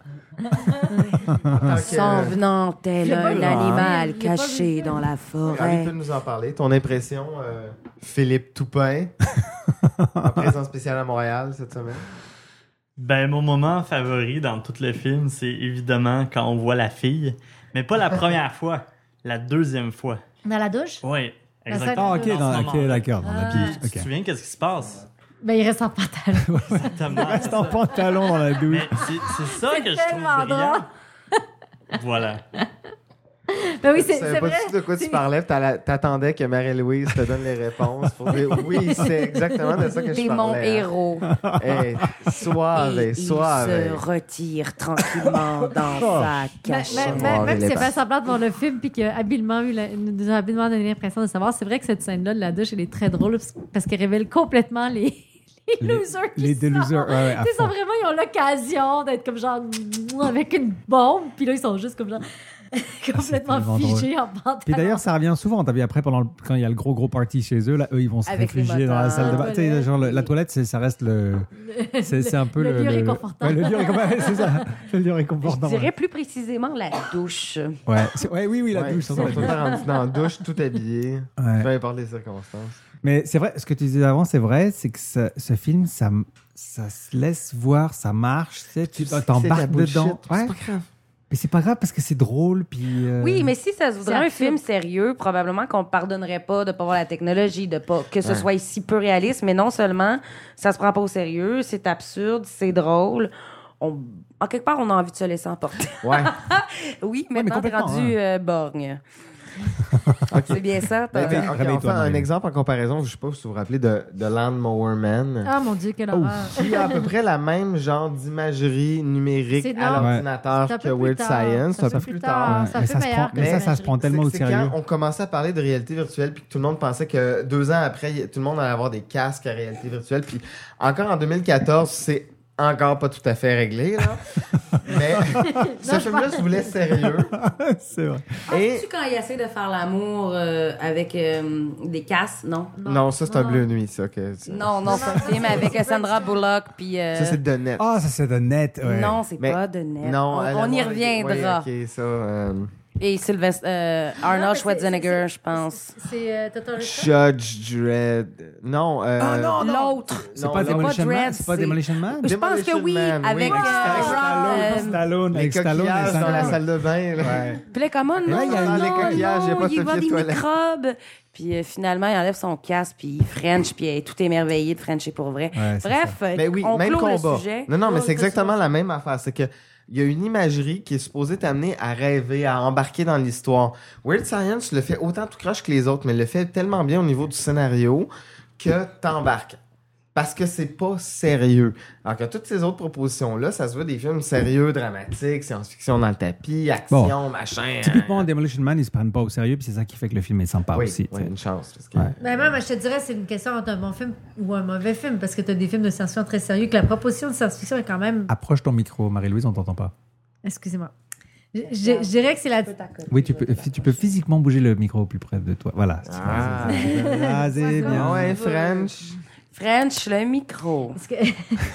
D: S'en venant tel
K: J'ai pas
D: un
K: vu.
D: animal
K: J'ai pas vu
D: caché
K: le
D: dans la
J: Ravi
D: forêt.
J: peut nous en parler. Ton impression, Philippe Toupin, en présence spéciale à Montréal cette semaine.
M: Ben, mon moment favori dans tout le film, c'est évidemment quand on voit la fille, mais pas la première fois, la deuxième fois.
K: Dans la douche?
M: Oui,
K: La
M: exactement.
I: Ah, OK,
M: Dans ce
I: OK,
M: moment-là.
I: d'accord. Dans la
K: Ah.
I: douche.
M: Tu te
I: OK.
M: souviens qu'est-ce qui se passe?
K: Ben, il reste en pantalon.
M: Exactement.
I: Reste en pantalon dans la douche.
M: Mais c'est ça que je trouve
K: tellement
M: brillant. Voilà.
K: Ben oui,
J: Tu
K: c'est
J: savais pas
K: vrai.
J: du tout de quoi tu parlais, puis t'attendais que Marie-Louise te donne les réponses pour dire oui, c'est exactement de ça que je
D: T'es
J: parlais.
D: mon héros.
J: Hey, suave,
D: Et
J: suave.
D: il se retire tranquillement dans sa cachette.
K: Même si c'est fait semblant devant le film puis qu'il a habilement nous a habilement donné l'impression de savoir, c'est vrai que cette scène-là de la douche, elle est très drôle parce qu'elle révèle complètement les losers.
I: Les deux losers, ouais, à
K: Ils sont
I: fond.
K: vraiment, ils ont l'occasion d'être comme genre avec une bombe, puis là, ils sont juste comme genre complètement
I: tellement
K: figés
I: drôle.
K: en pantalon.
I: Puis d'ailleurs, ça revient souvent. T'as vu après, quand il y a le gros party chez eux, là, eux, ils vont se
K: Avec les
I: réfugier dans la
K: motards,
I: salle de bain.
K: la
I: Tu sais,
K: toilette.
I: genre, la toilette, ça reste le. C'est un peu
K: le lieu réconfortant.
I: Ouais, le lieu réconfortant. C'est ça. Le lieu réconfortant.
D: Je dirais plus précisément la douche.
I: Ouais, oui, la douche.
J: Ils sont tout le temps rendus dans la douche, tout habillé,
I: Ouais.
J: peu importe les circonstances.
I: Mais c'est vrai, ce que tu disais avant, c'est vrai, c'est que ce film, ça se laisse voir, ça marche, tu sais, t'embarques dedans.
J: C'est pas grave.
I: Mais c'est pas grave parce que c'est drôle, puis...
D: Oui, mais si ça se voudrait
K: C'est
D: un
K: absurde.
D: film sérieux, probablement qu'on ne pardonnerait pas de ne pas voir la technologie, de pas que ce
J: Ouais.
D: soit si peu réaliste, mais non seulement ça se prend pas au sérieux, c'est absurde, c'est drôle. En quelque part, on a envie de se laisser emporter.
J: Ouais.
D: Oui, maintenant, t'es
I: complètement,
D: rendu borgne. C'est bien ça.
J: Ben,
D: t'as-
J: ok,
I: Réveille-toi,
J: enfin, un
I: Marie.
J: exemple en comparaison, je sais pas si vous vous rappelez de Lawnmower Man.
K: Ah mon Dieu, quelle horreur.
J: Qui a à peu près la même genre d'imagerie numérique
K: C'est
J: à
K: non.
J: l'ordinateur
K: C'est un
J: que
K: peu plus
J: Weird
K: tard.
J: Science.
K: C'est un peu plus tard. C'est un
I: mais
K: peu
I: ça se
K: meilleur
I: prend,
K: que
I: mais ça se
K: l'imagerie.
I: prend tellement au
J: C'est
I: sérieux.
J: quand on commençait à parler de réalité virtuelle puis que tout le monde pensait que 2 ans après, tout le monde allait avoir des casques à réalité virtuelle. Puis encore en 2014, c'est encore pas tout à fait réglé, là. Mais ce film-là se voulait sérieux.
I: C'est vrai.
J: Et
D: Tu quand il essaie de faire l'amour avec des casses, non?
J: non, ça c'est un bleu nuit, ça.
D: Non, c'est un film avec Sandra Bullock puis.
J: Ça c'est de net.
I: Ah, ça c'est de net, ouais.
D: Non, c'est
J: Mais
D: pas de net.
J: Non,
D: on y reviendra.
J: Oui, ok, ça.
D: Et Sylvester
K: Non,
D: Arnold
K: mais
D: Schwarzenegger, je pense.
K: C'est Total Recall.
J: Judge Dredd. Non.
D: L'autre.
I: C'est pas Demolition Man? C'est pas Demolition Man?
D: Je pense que oui,
J: Demolition Man,
D: avec
J: oui.
I: Stallone,
J: Les
I: avec Stallone.
J: coquillages dans la
I: Stallone.
J: salle de bain. Là.
I: Ouais.
D: Puis là, comment non,
I: là, il y a
D: non,
J: les coquillages, il y a pas de
D: il va
J: papier
D: des
J: de toilette.
D: microbes. Puis finalement, il enlève son casque, puis il French, puis il est tout émerveillé de Frencher pour vrai.
I: Ouais, c'est
D: Bref,
J: Mais oui,
D: on
J: même
D: clôt le
J: combat.
D: sujet.
J: Non, mais
K: Clôt
J: c'est
K: le
J: exactement
K: sujet.
J: la même affaire. C'est que il y a une imagerie qui est supposée t'amener à rêver, à embarquer dans l'histoire. Weird Science le fait autant tout croche que les autres, mais le fait tellement bien au niveau du scénario que t'embarques. Parce que c'est pas sérieux. Alors que toutes ces autres propositions-là, ça se veut des films sérieux, dramatiques, science-fiction dans le tapis, action, machin.
I: Typiquement, Demolition Man, ils se prennent pas au sérieux, puis c'est ça qui fait que le film est sympa
J: Oui,
I: aussi.
J: oui,
I: tu sais.
J: une chance. Parce que...
I: Ouais.
K: Ben moi, je te dirais, c'est une question entre un bon film ou un mauvais film, parce que tu as des films de science-fiction très sérieux, que la proposition de science-fiction est quand même...
I: Approche ton micro, Marie-Louise, on t'entend pas.
K: Excusez-moi. Je dirais que c'est la...
I: Oui, tu peux physiquement bouger le micro plus près de toi. Voilà.
J: Ah.
I: Ah, c'est bien.
J: Ouais, French.
D: French, le micro.
K: Parce que...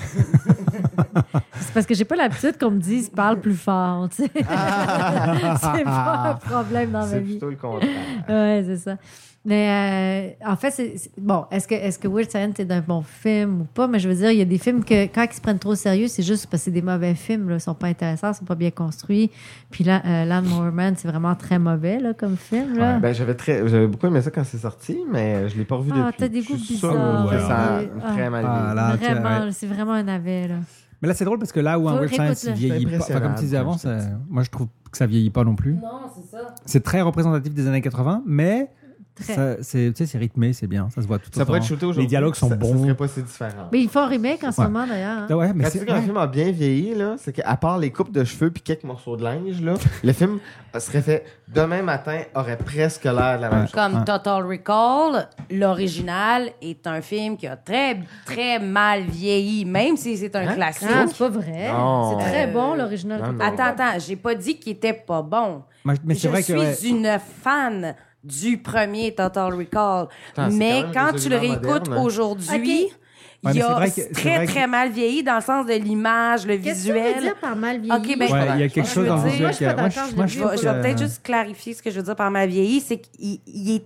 K: c'est parce que j'ai pas l'habitude qu'on me dise parle plus fort, tu sais. C'est pas un problème dans ma
J: C'est
K: vie.
J: plutôt le contraire.
K: Ouais, c'est ça. Mais en fait, bon, est-ce que Weird Science est un bon film ou pas? Mais je veux dire, il y a des films que quand ils se prennent trop au sérieux, c'est juste parce que c'est des mauvais films, là. Ils sont pas intéressants, ils sont pas bien construits. Puis là, Lawnmower Man, c'est vraiment très mauvais, là, comme film, là.
J: Ouais, ben, j'avais beaucoup aimé ça quand c'est sorti, mais je l'ai pas revu
K: Ah,
J: depuis.
K: t'as des goûts
J: Je suis sûr
K: bizarres.
J: que ça a
K: Ouais.
J: très mal
I: Ah,
J: vieilli.
I: là, tiens,
K: Vraiment,
I: ouais.
K: c'est vraiment un navet, là.
I: Mais là, c'est drôle parce que là où un
K: Faut
I: Weird Science
K: réécoute-le.
I: vieillit pas, enfin, comme tu disais avant, moi je trouve que ça vieillit pas non plus.
D: Non, c'est ça.
I: C'est très représentatif des années 80, mais
K: Très.
I: c'est rythmé, c'est bien, ça se voit tout
J: Ça pourrait être
I: autant.
J: shooté aujourd'hui.
I: Les dialogues sont
J: Ça
I: bons.
J: serait pas si différent.
K: Mais ils font un remake en ce
I: Ouais.
K: moment, d'ailleurs. hein.
I: Ah ouais, mais
J: Quand tu
I: c'est
J: dis qu'un film a bien vieilli, là, c'est qu'à part les coupes de cheveux puis quelques morceaux de linge, là, le film serait fait demain matin, aurait presque l'air de la même chose.
D: Comme Total Recall, l'original est un film qui a très, très mal vieilli, même si c'est un classique.
K: Ah, c'est pas vrai.
J: Non.
K: C'est très bon, l'original.
J: Non, non.
D: Attends, j'ai pas dit qu'il était pas bon.
I: mais c'est vrai
D: je
I: que
D: suis une fan du premier Total Recall.
J: Attends, c'est
D: mais
J: quand même
D: quand tu le
J: résolument
D: réécoutes
J: moderne, hein.
D: aujourd'hui,
K: Ok.
I: Ouais, mais
D: il
I: c'est
D: a
I: vrai que- c'est
D: très,
I: vrai
D: très
I: que-
D: mal vieilli dans le sens de l'image, le
K: Qu'est-ce que tu veux
D: visuel.
K: dire par mal vieilli?
D: Ok, ben,
I: ouais, il y a quelque
D: je
I: chose
D: veux
I: dans le
D: dire-
I: visuel
K: moi, je suis pas
I: qui a-
K: d'accord, je l'ai
I: moi,
K: vu.
D: Je vais peut-être juste clarifier ce que je veux dire par mal vieilli, c'est qu'il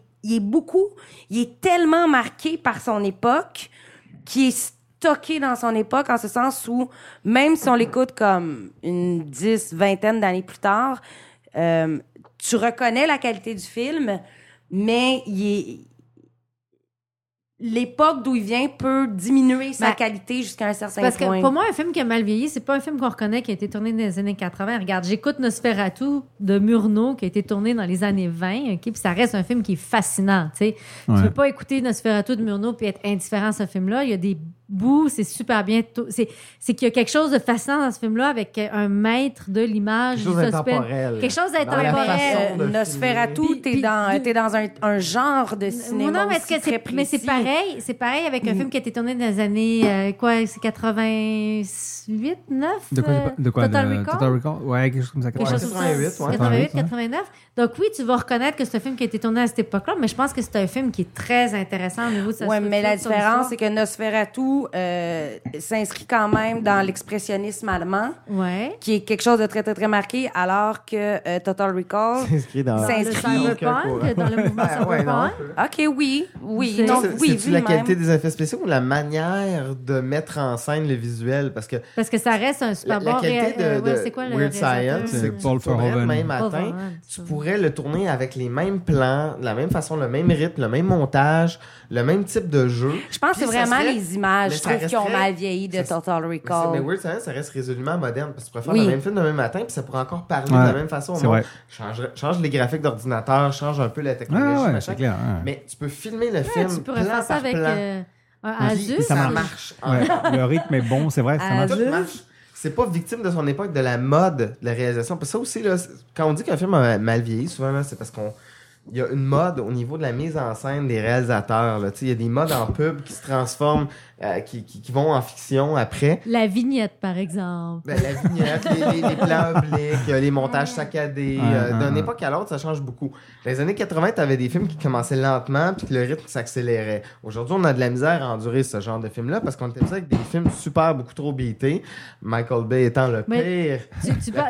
D: il est tellement marqué par son époque qu'il est stocké dans son époque, en ce sens où, même si on l'écoute comme une 10-20 d'années plus tard, tu reconnais la qualité du film, mais l'époque d'où il vient peut diminuer sa qualité jusqu'à un certain
K: Parce
D: point.
K: que pour moi, un film qui a mal vieilli, c'est pas un film qu'on reconnaît qui a été tourné dans les années 80. Regarde, j'écoute Nosferatu de Murnau qui a été tourné dans les années 20, OK? Puis ça reste un film qui est fascinant, tu sais.
I: Ouais.
K: Tu peux pas écouter Nosferatu de Murnau puis être indifférent à ce film-là. Il y a des bouts, c'est super bien. C'est qu'il y a quelque chose de fascinant dans ce film-là avec un maître de l'image,
J: Quelque chose
K: du suspense.
J: d'intemporel.
K: Quelque chose
J: Dans la
K: d'intemporel.
J: façon de
D: Nosferatu, t'es dans un genre de cinéma
K: Non, mais
D: aussi très précis.
K: mais c'est pareil avec un film qui a été tourné dans les années, c'est 88, 9?
I: De quoi?
K: Total
I: de
K: Recall?
I: Total Recall? Ouais, quelque chose comme ça.
K: Quelque chose comme ça. 88, 89. Donc oui, tu vas reconnaître que c'est un film qui a été tourné à cette époque-là, mais je pense que c'est un film qui est très intéressant au niveau de sa
D: Oui, mais la
K: structure, son
D: différence,
K: histoire.
D: c'est que Nosferatu s'inscrit quand même dans l'expressionnisme allemand, qui est quelque chose de très, très, très marqué, alors que Total Recall
J: s'inscrit dans
K: le cyberpunk, dans le mouvement cyberpunk.
D: OK, oui.
J: C'est-tu
D: vu
J: la
D: même.
J: qualité des effets spéciaux ou la manière de mettre en scène le visuel? Parce que
K: ça reste un super
J: la
K: bon
J: qualité de
K: c'est quoi le
J: Weird
K: réalisateur?
J: Science, c'est que
I: Paul
J: tu pourrais
I: Verhoeven.
J: même
K: Paul
J: matin,
K: Verhoeven,
J: tu pourrais le tourner avec les mêmes plans, de la même façon, le même rythme, le même montage, le même type de jeu.
D: Je pense que c'est
J: Puis ça
D: vraiment
J: serait-
D: les images,
J: mais
D: je
J: ça
D: trouve, qui ont
J: resterait-
D: mal vieilli de Total Recall.
J: Mais Weird Science, ça reste résolument moderne parce que tu pourrais faire
D: Oui.
J: le même film le même matin puis ça pourrait encore parler
I: Ouais,
J: de la même façon.
I: c'est vrai.
J: Change les graphiques d'ordinateur, change un peu la technologie,
I: Ouais,
J: machin.
I: c'est clair. Ouais.
J: Mais tu peux filmer le film
K: Tu pourrais
J: plan
K: faire ça
J: par
K: avec
J: plan.
K: un
J: Puis
K: Asus.
J: ça marche.
I: Ouais, le rythme est bon, c'est vrai, ça marche.
J: Tout marche. C'est pas victime de son époque, de la mode de la réalisation. Parce que ça aussi, là, quand on dit qu'un film a mal vieilli, souvent, là, c'est parce il y a une mode au niveau de la mise en scène des réalisateurs. Là. Il y a des modes en pub qui se transforment, qui vont en fiction après.
K: La vignette, par exemple.
J: Ben, la vignette, les plans obliques, les montages saccadés. D'une époque à l'autre, ça change beaucoup. Dans les années 80, tu avais des films qui commençaient lentement puis que le rythme s'accélérait. Aujourd'hui, on a de la misère à endurer ce genre de film-là parce qu'on était plus avec des films super, beaucoup trop beatés. Michael Bay étant le pire.
K: Tu parles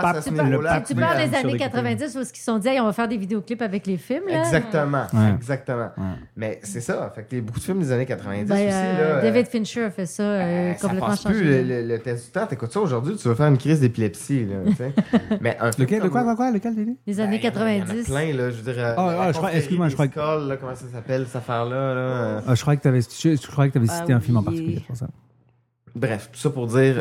K: des années 90 où ils se sont dit, hey, on va faire des vidéoclips avec les films. Là.
J: Exactement.
I: Ouais.
J: Exactement.
I: Ouais.
J: Mais c'est ça. Fait que les beaucoup de films des années 90
K: Ben,
J: aussi, là.
K: David Fincher a fait ça,
J: Ça
K: complètement
J: passe
K: changé.
J: plus le test du temps. T'écoutes ça aujourd'hui, tu vas faire une crise d'épilepsie. Là, tu sais. Mais un film
I: Lequel, de
J: comme-
I: quoi, lequel, Dédé?
K: Les années
J: Il y en a
K: 90.
J: plein, là. Je veux dire.
I: excuse-moi, je crois que-
J: Comment ça s'appelle, cette affaire-là? Là?
I: Je croyais que tu avais cité un film en particulier pour ça.
J: Bref, tout ça pour dire.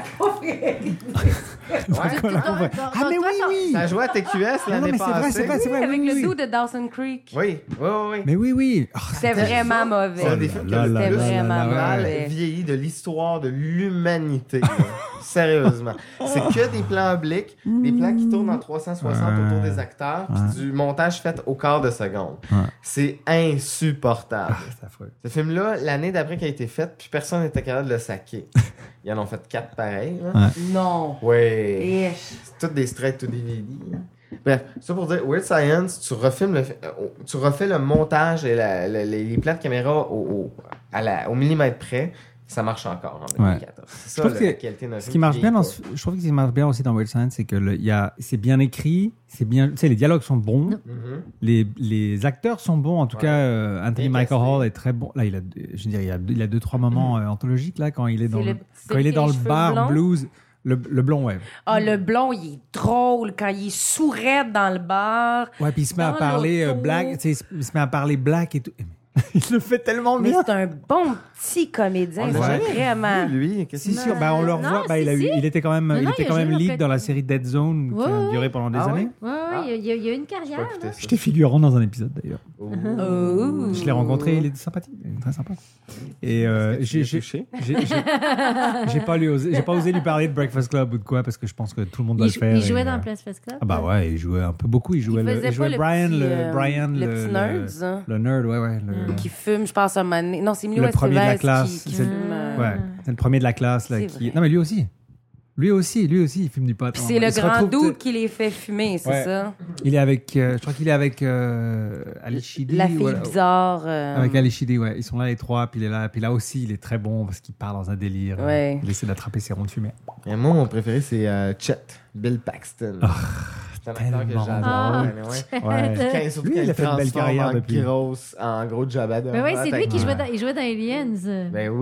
I: Ah, mais oui!
J: Ça jouait à TQS l'année
I: mais c'est vrai,
J: passée.
I: c'est vrai,
D: Avec
I: oui,
D: le
I: oui.
D: dude de Dawson Creek.
J: Oui.
I: Mais oui. Oh,
D: C'était vraiment mauvais.
J: C'est un des films qui a le
D: C'était
J: plus
D: vraiment
J: mal
D: mauvais.
J: vieilli de l'histoire de l'humanité. là. Sérieusement. C'est que des plans obliques, des plans qui tournent en 360 autour des acteurs, puis du montage fait au quart de seconde. C'est insupportable.
I: c'est affreux.
J: Ce film-là, l'année d'après qu'il a été fait, puis personne n'était capable de le saquer. Ils en ont fait 4 pareils. Là.
D: Non.
J: Oui.
D: Ish.
J: C'est toutes des straight to DVD. là. Bref, ça pour dire, Weird Science, tu refais le montage et les plans de caméra au millimètre près, ça marche encore en 2014. C'est ça, la qualité d'un
I: ce
J: film
I: qui marche
J: qui
I: bien
J: vieillit
I: je trouve que ce qui marche bien aussi dans Weird Science, c'est que c'est bien écrit, c'est bien, tu sais, les dialogues sont bons, les acteurs sont bons, en tout cas, Anthony Michael Hall est très bon. Là, il a 2-3 moments anthologiques là quand il est dans le bar
D: blonds.
I: blues. Le blond, ouais.
D: Ah, le blond, il est drôle quand il est sourd-raide dans le bar.
I: Ouais, puis il se met à
D: Dans
I: parler
D: l'auto.
I: black, tu sais, il se met à parler black et tout. Il le fait tellement
D: Mais
I: bien.
D: c'est un bon petit comédien,
J: On l'a
D: ça,
J: jamais
D: vraiment.
J: vu, lui. Qu'est-ce
I: Si,
J: que
I: sûr, on le revoit. Il était quand même,
K: Non,
I: il
K: non,
I: était
K: il a
I: quand même
K: joué
I: lead
K: dans
I: dans la série Dead Zone qui a duré pendant des années.
K: Oui, il y a eu une carrière. là.
I: J'étais figurant dans un épisode d'ailleurs.
D: Oh.
I: Je l'ai rencontré, il était sympathique, il est très sympa. Et j'ai pas osé lui parler de Breakfast Club ou de quoi parce que je pense que tout le monde doit le faire.
K: Il jouait
I: et,
K: dans Breakfast Club.
I: Ah bah ouais, il jouait un peu beaucoup. Il jouait
D: faisait pas le
I: Brian,
D: petit,
I: le
D: petit nerd, hein.
I: le nerd, ouais.
D: Qui fume, je pense, un moment donné. Non, c'est Emilio
I: Le premier de la
D: Estevez
I: classe.
D: qui
I: C'est
D: fume.
I: ouais, c'est le premier de la classe là.
D: C'est
I: Qui...
D: vrai.
I: Non mais lui aussi, il fume du pot.
D: Puis c'est le grand dude qui les fait fumer, c'est ça?
I: Il est avec, je crois qu'il est avec Ali Sheedy.
D: La fille bizarre.
I: Avec Ali Sheedy, ouais. Ils sont là les trois, puis il est là. Puis là aussi, il est très bon parce qu'il part dans un délire.
D: Ouais.
I: Il essaie d'attraper ses ronds de fumée.
J: Et moi, mon préféré, c'est Chet, Bill Paxton. C'est un acteur que
I: tellement
J: j'adore.
I: bon. Ouais.
J: Surtout
I: Lui,
J: quand
I: il a fait une belle carrière depuis.
J: en gros job à
K: Mais oui, c'est lui qui jouait dans Aliens.
J: Ben oui.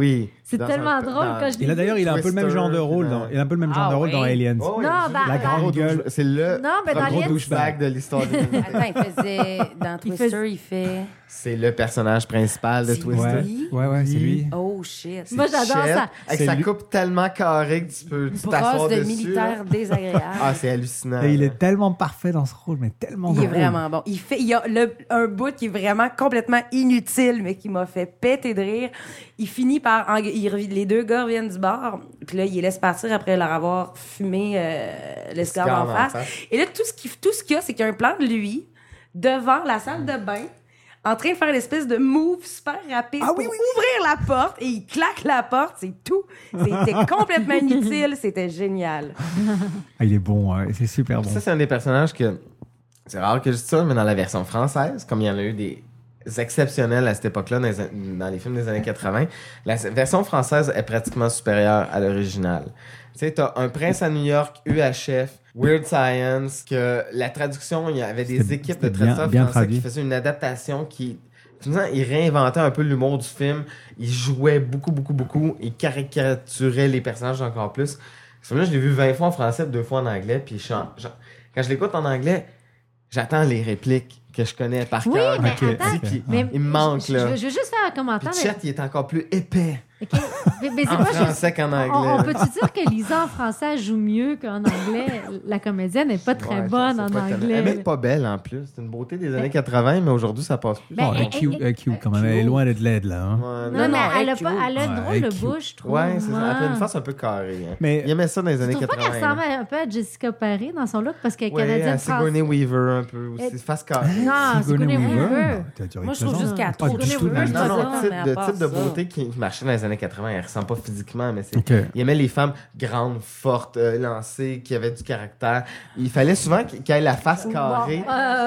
K: C'est tellement drôle quand je l'ai
I: Et là, d'ailleurs, il a un peu le même genre de rôle
J: Twister,
I: dans, il a un peu le même genre de rôle dans Aliens.
J: Oh, oui,
K: Non,
I: la grande gueule.
J: C'est le
K: dans
J: gros
K: Aliens,
J: douchebag de l'histoire de l'humanité.
D: Attends, il faisait... Dans Twister, il fait...
J: C'est le personnage principal de Twister.
I: Ouais, c'est lui.
D: Oh, shit.
K: Moi, j'adore
J: Shit,
K: ça.
J: Avec sa coupe tellement carrée que tu peux t'asseoir
D: Brosse de
J: dessus.
D: militaire désagréable.
J: Ah, c'est hallucinant.
I: Et il est tellement parfait dans ce rôle, mais tellement
D: Il est
I: drôle.
D: vraiment bon. Il y a un bout qui est vraiment complètement inutile, mais qui m'a fait péter de rire. Il finit par... les deux gars reviennent du bar, puis là, il les laisse partir après leur avoir fumé l'escargot en face. Et là, tout ce qu'il y a, c'est qu'il y a un plan de lui devant la salle de bain, en train de faire l'espèce de move super rapide pour ouvrir la porte, et il claque la porte, c'est tout. C'était complètement inutile, c'était génial.
I: Ah, il est bon, hein, c'est super bon.
J: Ça, c'est un des personnages que... C'est rare que je dise ça, mais dans la version française, comme il y en a eu des exceptionnels à cette époque-là, dans les films des années 80, la version française est pratiquement supérieure à l'original. Tu sais, t'as Un prince à New York, UHF, Weird Science, que la traduction, il y avait des équipes de traducteurs français qui faisaient une adaptation qui... Ils réinventaient un peu l'humour du film. Ils jouaient beaucoup. Ils caricaturaient les personnages encore plus. Ce film-là, je l'ai vu 20 fois en français et 2 fois en anglais. Puis quand je l'écoute en anglais, j'attends les répliques que je connais par cœur.
K: Oui, mais attends.
J: Puis
K: Mais
J: il me manque,
K: je
J: là.
K: veux juste faire un commentaire.
J: Puis Chet, il est encore plus épais.
K: Mais c'est
J: En
K: pas
J: français qu'en anglais.
K: On peut-tu dire que Lisa en français joue mieux qu'en anglais? La comédienne n'est pas très bonne en anglais.
J: Elle n'est pas belle en plus. C'est une beauté des années 80, mais aujourd'hui, ça passe plus.
I: Elle est cute quand même. Elle est loin d'être laide, là. Hein.
K: Non, mais elle a une drôle de bouche, je trouve.
J: Ouais, c'est ça. Elle a une face un peu carrée. Hein.
I: Mais
J: il aimait ça dans les années 80.
K: Je trouve pas qu'elle ressemble un peu à Jessica Paré dans son look parce qu'elle est
J: ouais,
K: canadienne
J: française. Sigourney Weaver un peu aussi. Face carrée.
K: Non, Sigourney Weaver.
D: Moi, je trouve juste qu'elle a trop de
J: cheveux. Non, type de beauté qui marchait dans les années 80. Elle ressemble pas physiquement, mais il aimait les femmes grandes, fortes, lancées, qui avaient du caractère. Il fallait souvent qu'elle ait la face carrée.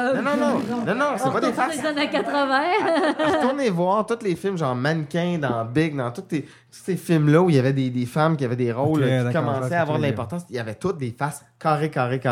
J: Non, c'est pas des faces.
K: Les années 80.
J: Retournez voir tous les films, genre Mannequin, dans Big, dans tous ces films-là où il y avait des femmes qui avaient des rôles qui commençaient à avoir de l'importance. Il y avait toutes des faces carrées.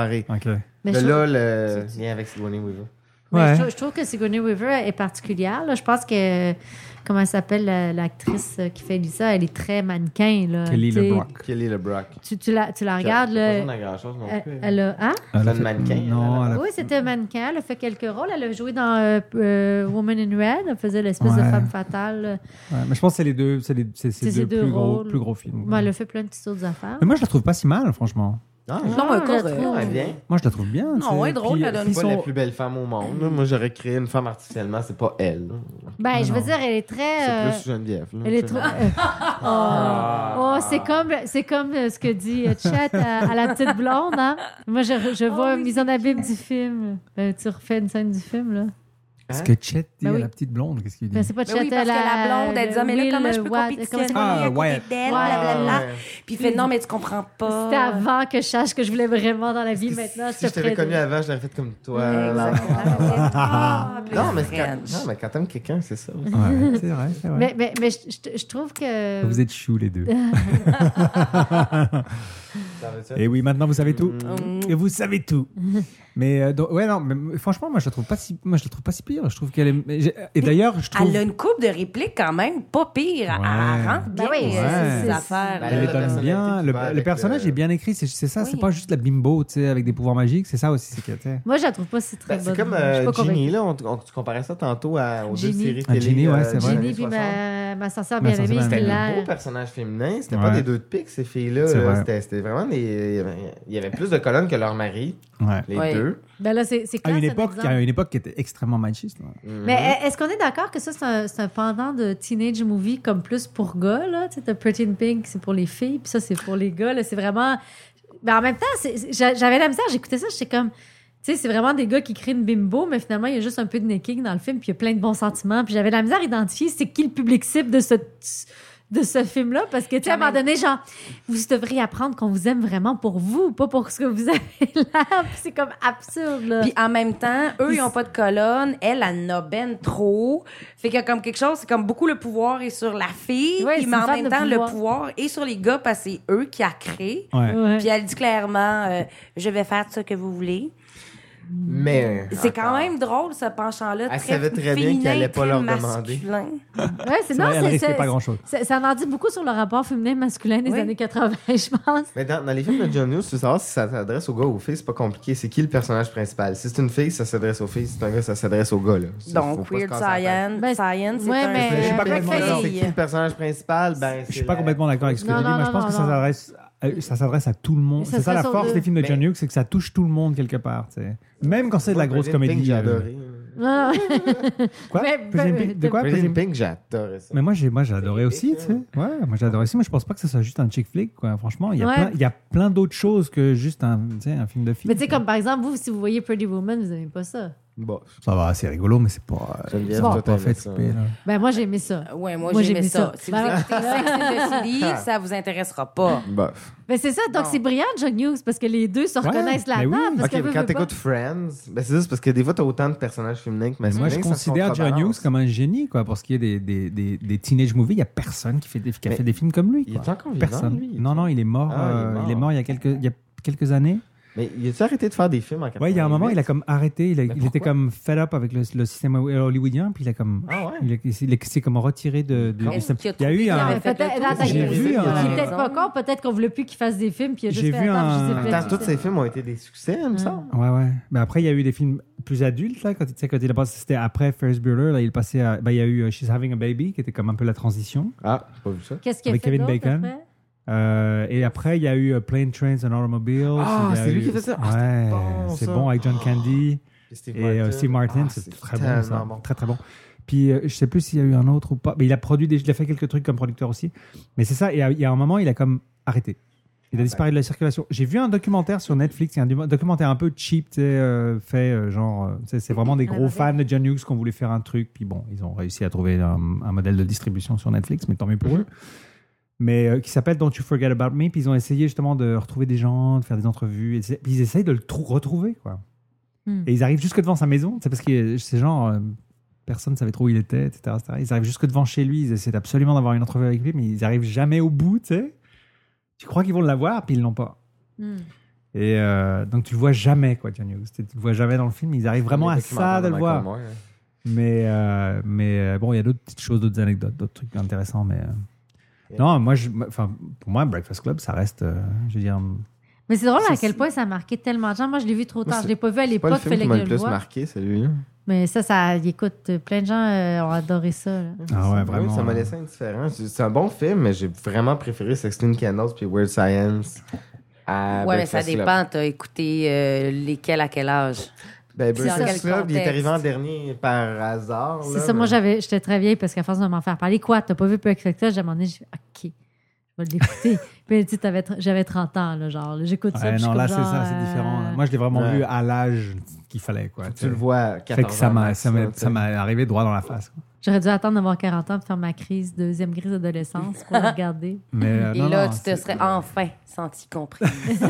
K: Mais
J: de là, le lien avec Sigourney Weaver.
K: Ouais. Je trouve que Sigourney Weaver est particulière. Là. Je pense que, comment elle s'appelle, l'actrice qui fait Lisa, elle est très mannequin. Là.
J: Kelly LeBrock.
K: Tu la regardes. Là, elle a... Hein?
J: Elle a une mannequin.
K: Oui, c'était un mannequin. Elle a fait quelques rôles. Elle a joué dans Woman in Red. Elle faisait l'espèce de femme fatale.
I: Ouais, mais je pense que c'est les deux, c'est les deux plus gros films.
K: Moi, elle a fait plein de petites autres affaires.
I: Mais moi, je la trouve pas si mal, franchement.
J: Bien.
I: Moi, je la trouve bien.
D: Non, ouais, drôle, elle donne.
J: C'est pas la plus belle femme au monde. Moi, j'aurais créé une femme artificiellement. C'est pas elle.
K: Ben, je veux dire, elle est très...
J: C'est plus Geneviève.
K: Elle est trop... c'est comme ce que dit Chet à la petite blonde. Hein? Moi, je vois mise en abîme du film. Tu refais une scène du film, là.
I: Est-ce que Chet dit à la petite blonde? Qu'est-ce qu'il dit?
K: Ben, c'est pas Chet,
D: oui, parce que la blonde, elle dit, mais là, comment je peux compétitionner à côté d'elle, blablabla. Puis il fait, non, mais tu comprends pas.
K: C'était avant que je sache que je voulais vraiment dans la vie. Maintenant,
J: si je t'avais connu avant, je l'aurais fait comme toi. Non, mais quand t'aimes quelqu'un, c'est ça.
I: Ouais, c'est vrai.
K: Mais je trouve que...
I: Vous êtes choux, les deux. Et oui, maintenant, vous savez tout. Et vous savez tout. Mais mais franchement, moi je la trouve pas si pire. Je trouve qu'elle est. Et d'ailleurs, je trouve.
D: Elle a une coupe de répliques quand même pas pire. Elle rentre bien ses affaires.
I: Elle les donne bien. Le personnage est bien écrit. C'est ça. C'est pas juste la bimbo, tu sais, avec des pouvoirs magiques. C'est ça aussi.
K: Moi, je la trouve pas si très bonne.
J: C'est comme Ginny là. Tu comparais ça tantôt aux deux séries télé.
I: Ginny, ouais, c'est vrai.
K: Ginny puis ma sorcière bien aimée.
J: C'était un beau personnage féminin. C'était pas des deux de pique ces filles-là. C'était vraiment des. Il y avait plus de colonnes que leur mari. Les deux.
K: Ben là, c'est
I: à une époque qui était extrêmement machiste.
K: Mais est-ce qu'on est d'accord que ça, c'est un pendant de teenage movie comme plus pour gars, là? Tu sais, t'as Pretty in Pink, c'est pour les filles, puis ça, c'est pour les gars, là. C'est vraiment... Mais en même temps, j'avais la misère, j'écoutais ça, j'étais comme... Tu sais, c'est vraiment des gars qui créent une bimbo, mais finalement, il y a juste un peu de necking dans le film, puis il y a plein de bons sentiments. Puis j'avais la misère à identifier c'est qui le public cible de ce film-là, parce que, tu sais, à un moment donné, genre, vous devriez apprendre qu'on vous aime vraiment pour vous, pas pour ce que vous avez là. C'est comme absurde, là.
D: Puis en même temps, eux, ils ont pas de colonne. Elle en a ben trop. Fait qu'il y a comme quelque chose, c'est comme beaucoup le pouvoir est sur la fille, puis mais en même temps, le pouvoir est sur les gars parce que c'est eux qui a créé. Puis elle dit clairement, je vais faire ce que vous voulez.
J: Mais.
D: C'est quand même drôle, ce penchant-là.
J: Elle
D: très
J: savait très bien
D: féminin,
J: qu'elle allait pas
D: très
J: leur demander.
D: masculin.
K: Ouais,
I: C'est vrai, elle risquait pas grand-chose.
K: Ça en dit beaucoup sur le rapport féminin-masculin des années 80, je pense.
J: Mais dans les films de John Hughes, tu veux savoir si ça s'adresse aux gars ou aux filles, c'est pas compliqué. C'est qui le personnage principal? Si c'est une fille, ça s'adresse aux filles. Si c'est un gars, ça s'adresse aux gars. Là.
D: Donc, Weird Science, Science, c'est
K: ouais,
D: un
K: mais-
J: Je suis pas
K: Avec
J: complètement d'accord. C'est
K: fille.
J: qui le personnage principal? Ben,
I: Je suis pas complètement d'accord avec ce que tu dis, mais je pense que ça s'adresse à tout le monde.
K: Ça
I: C'est ça la
K: serait
I: force
K: sur
I: des films de
J: Mais-
I: John Hughes, c'est que ça touche tout le monde quelque part. T'sais. Même quand c'est de la grosse
J: Pretty in Pink,
I: comédie.
J: j'ai adoré.
K: Non.
I: Quoi?
K: Mais-
I: Pretty in Pink- de quoi?
J: Pretty
I: Pretty
J: in
I: in-
J: Pink, j'ai adoré ça.
I: Mais moi, j'ai adoré aussi, tu sais. Ouais, moi, j'ai adoré aussi, mais je pense pas que ça soit juste un chick flick, quoi. Franchement, il y a plein d'autres choses que juste un film de film.
K: Mais tu sais, comme par exemple, vous, si vous voyez Pretty Woman, vous n'aimez pas ça.
J: Bon.
I: Ça va, c'est rigolo, mais c'est pas.
J: Geneviève,
I: c'est
J: toi,
I: pas fait
J: t'aimais ça.
I: triper, là.
K: Ben, moi, j'ai aimé ça.
D: Ouais, moi j'aimais ça. Si vous
K: Ben,
D: écoutez Sex and the City, ça vous intéressera pas.
J: Bof.
K: ben, c'est ça. Donc,
D: Non.
K: c'est brillant, John Hughes, parce que les deux se reconnaissent
I: ben
K: là-dedans.
I: oui.
K: Parce
J: Ok,
K: que
J: mais
K: veut,
J: quand
K: veut pas.
J: t'écoutes Friends, ben c'est juste parce que des fois, t'as autant de personnages féminins que masculins.
I: Moi, je
J: ça se
I: considère John
J: contrebalance.
I: Hughes comme un génie, quoi, pour ce qui est des teenage movies. Il n'y a personne qui a fait des films comme lui.
J: Il
I: Quoi.
J: est encore vivant,
I: Personne.
J: lui?
I: Non, il est mort. Il est mort il y a quelques années.
J: Mais il a-tu arrêté de faire des films en 88?
I: Ouais, il y a un moment, il a comme arrêté. Il était
J: pourquoi?
I: comme fed up avec le système hollywoodien, puis il a comme.
J: Ah ouais?
I: Il s'est comme retiré de.
D: Est-ce qu'il a
I: Il y a eu
D: trouvé qu'il
I: un.
D: avait fait le tour?
K: Attends,
I: J'ai
K: il
I: vu
K: est peut-être pas con. Peut-être qu'on voulait plus qu'il fasse des films, puis il a juste
I: J'ai
K: fait
I: vu
K: attends,
I: un-
K: je les ai fait.
J: Attends, tous ces films ont été des succès, il me semble.
I: Ouais. Mais après, il y a eu des films plus adultes, là, quand il a passé. C'était après Ferris Bueller, là, il passait à. Il y a eu She's Having a Baby, qui était comme un peu la transition.
J: Ah, j'ai pas vu ça.
K: Qu'est-ce qu'il a
I: Avec
K: fait
I: Kevin
K: d'autre
I: Bacon.
K: après?
I: Et après, il y a eu Plane, Trains and Automobiles.
J: Ah,
I: Il y a
J: c'est lui
I: eu-
J: qui fait ça? Ah,
I: Ouais,
J: c'était bon,
I: c'est
J: ça.
I: bon avec John Candy.
J: Et Steve
I: Et Steve Martin,
J: Ah,
I: c'est très bon,
J: tellement
I: ça.
J: bon.
I: Très, très bon. Puis, je sais plus s'il y a eu un autre ou pas. Mais il a fait quelques trucs comme producteur aussi. Mais c'est ça, et il y a un moment, il a comme arrêté. Il a disparu de la circulation. J'ai vu un documentaire sur Netflix, c'est un documentaire un peu cheap, tu sais, c'est vraiment des gros fans de John Hughes qui ont voulu faire un truc. Puis bon, ils ont réussi à trouver un modèle de distribution sur Netflix, mais tant mieux pour eux. Mais qui s'appelle Don't You Forget About Me. Puis ils ont essayé justement de retrouver des gens, de faire des entrevues. Puis ils essayent de le retrouver, quoi. Et ils arrivent jusque devant sa maison. C'est parce que c'est genre, personne ne savait trop où il était, etc., etc. Ils arrivent jusque devant chez lui. Ils essaient absolument d'avoir une entrevue avec lui, mais ils arrivent jamais au bout, tu sais. Tu crois qu'ils vont l'avoir, puis ils l'ont pas. Et donc tu le vois jamais, quoi, John Hughes. Tu le vois jamais dans le film. Ils arrivent vraiment à ça de le voir. Mais bon, il y a d'autres petites choses, d'autres anecdotes, d'autres trucs intéressants, mais. Non, pour moi, Breakfast Club, ça reste, je veux dire.
K: Mais c'est drôle à quel point ça a marqué tellement de gens. Moi, je l'ai vu trop tard. Je l'ai pas vu à l'époque.
J: C'est pas le film qui m'a le plus marqué, celui-là.
K: Mais ça, écoute, plein de gens ont adoré ça. Là.
I: Ah ouais, vraiment.
J: Ça m'a laissé indifférent. C'est un bon film, mais j'ai vraiment préféré Sixteen Candles puis Weird Science.
D: Ouais, mais ça dépend. T'as écouté lesquels à quel âge?
J: Ben,
D: Puis dans
J: Breakfast
D: quel
J: Club, il est
D: contexte?
J: arrivé en dernier par hasard.
K: C'est
J: là,
K: ça,
J: mais-
K: moi, j'étais très vieille parce qu'à force de m'en faire parler, quoi, t'as pas vu Breakfast Club? J'ai demandé, j'ai fait, OK, je vais l'écouter. Puis, tu sais, j'avais 30 ans, là, genre, là, j'écoute ça.
I: Ouais,
K: puis je
I: non,
K: suis
I: là,
K: comme
I: c'est
K: genre,
I: ça, c'est différent. Moi, je l'ai vraiment vu à l'âge qu'il fallait, quoi.
J: Tu le vois à 14
I: Fait que ça
J: ans
I: m'a
J: max, là, tu sais.
I: arrivé droit dans la face. Quoi.
K: J'aurais dû attendre d'avoir 40 ans pour faire ma deuxième crise d'adolescence pour le regarder.
I: Mais,
D: Et
I: non,
D: là,
I: non,
D: tu te serais enfin senti compris.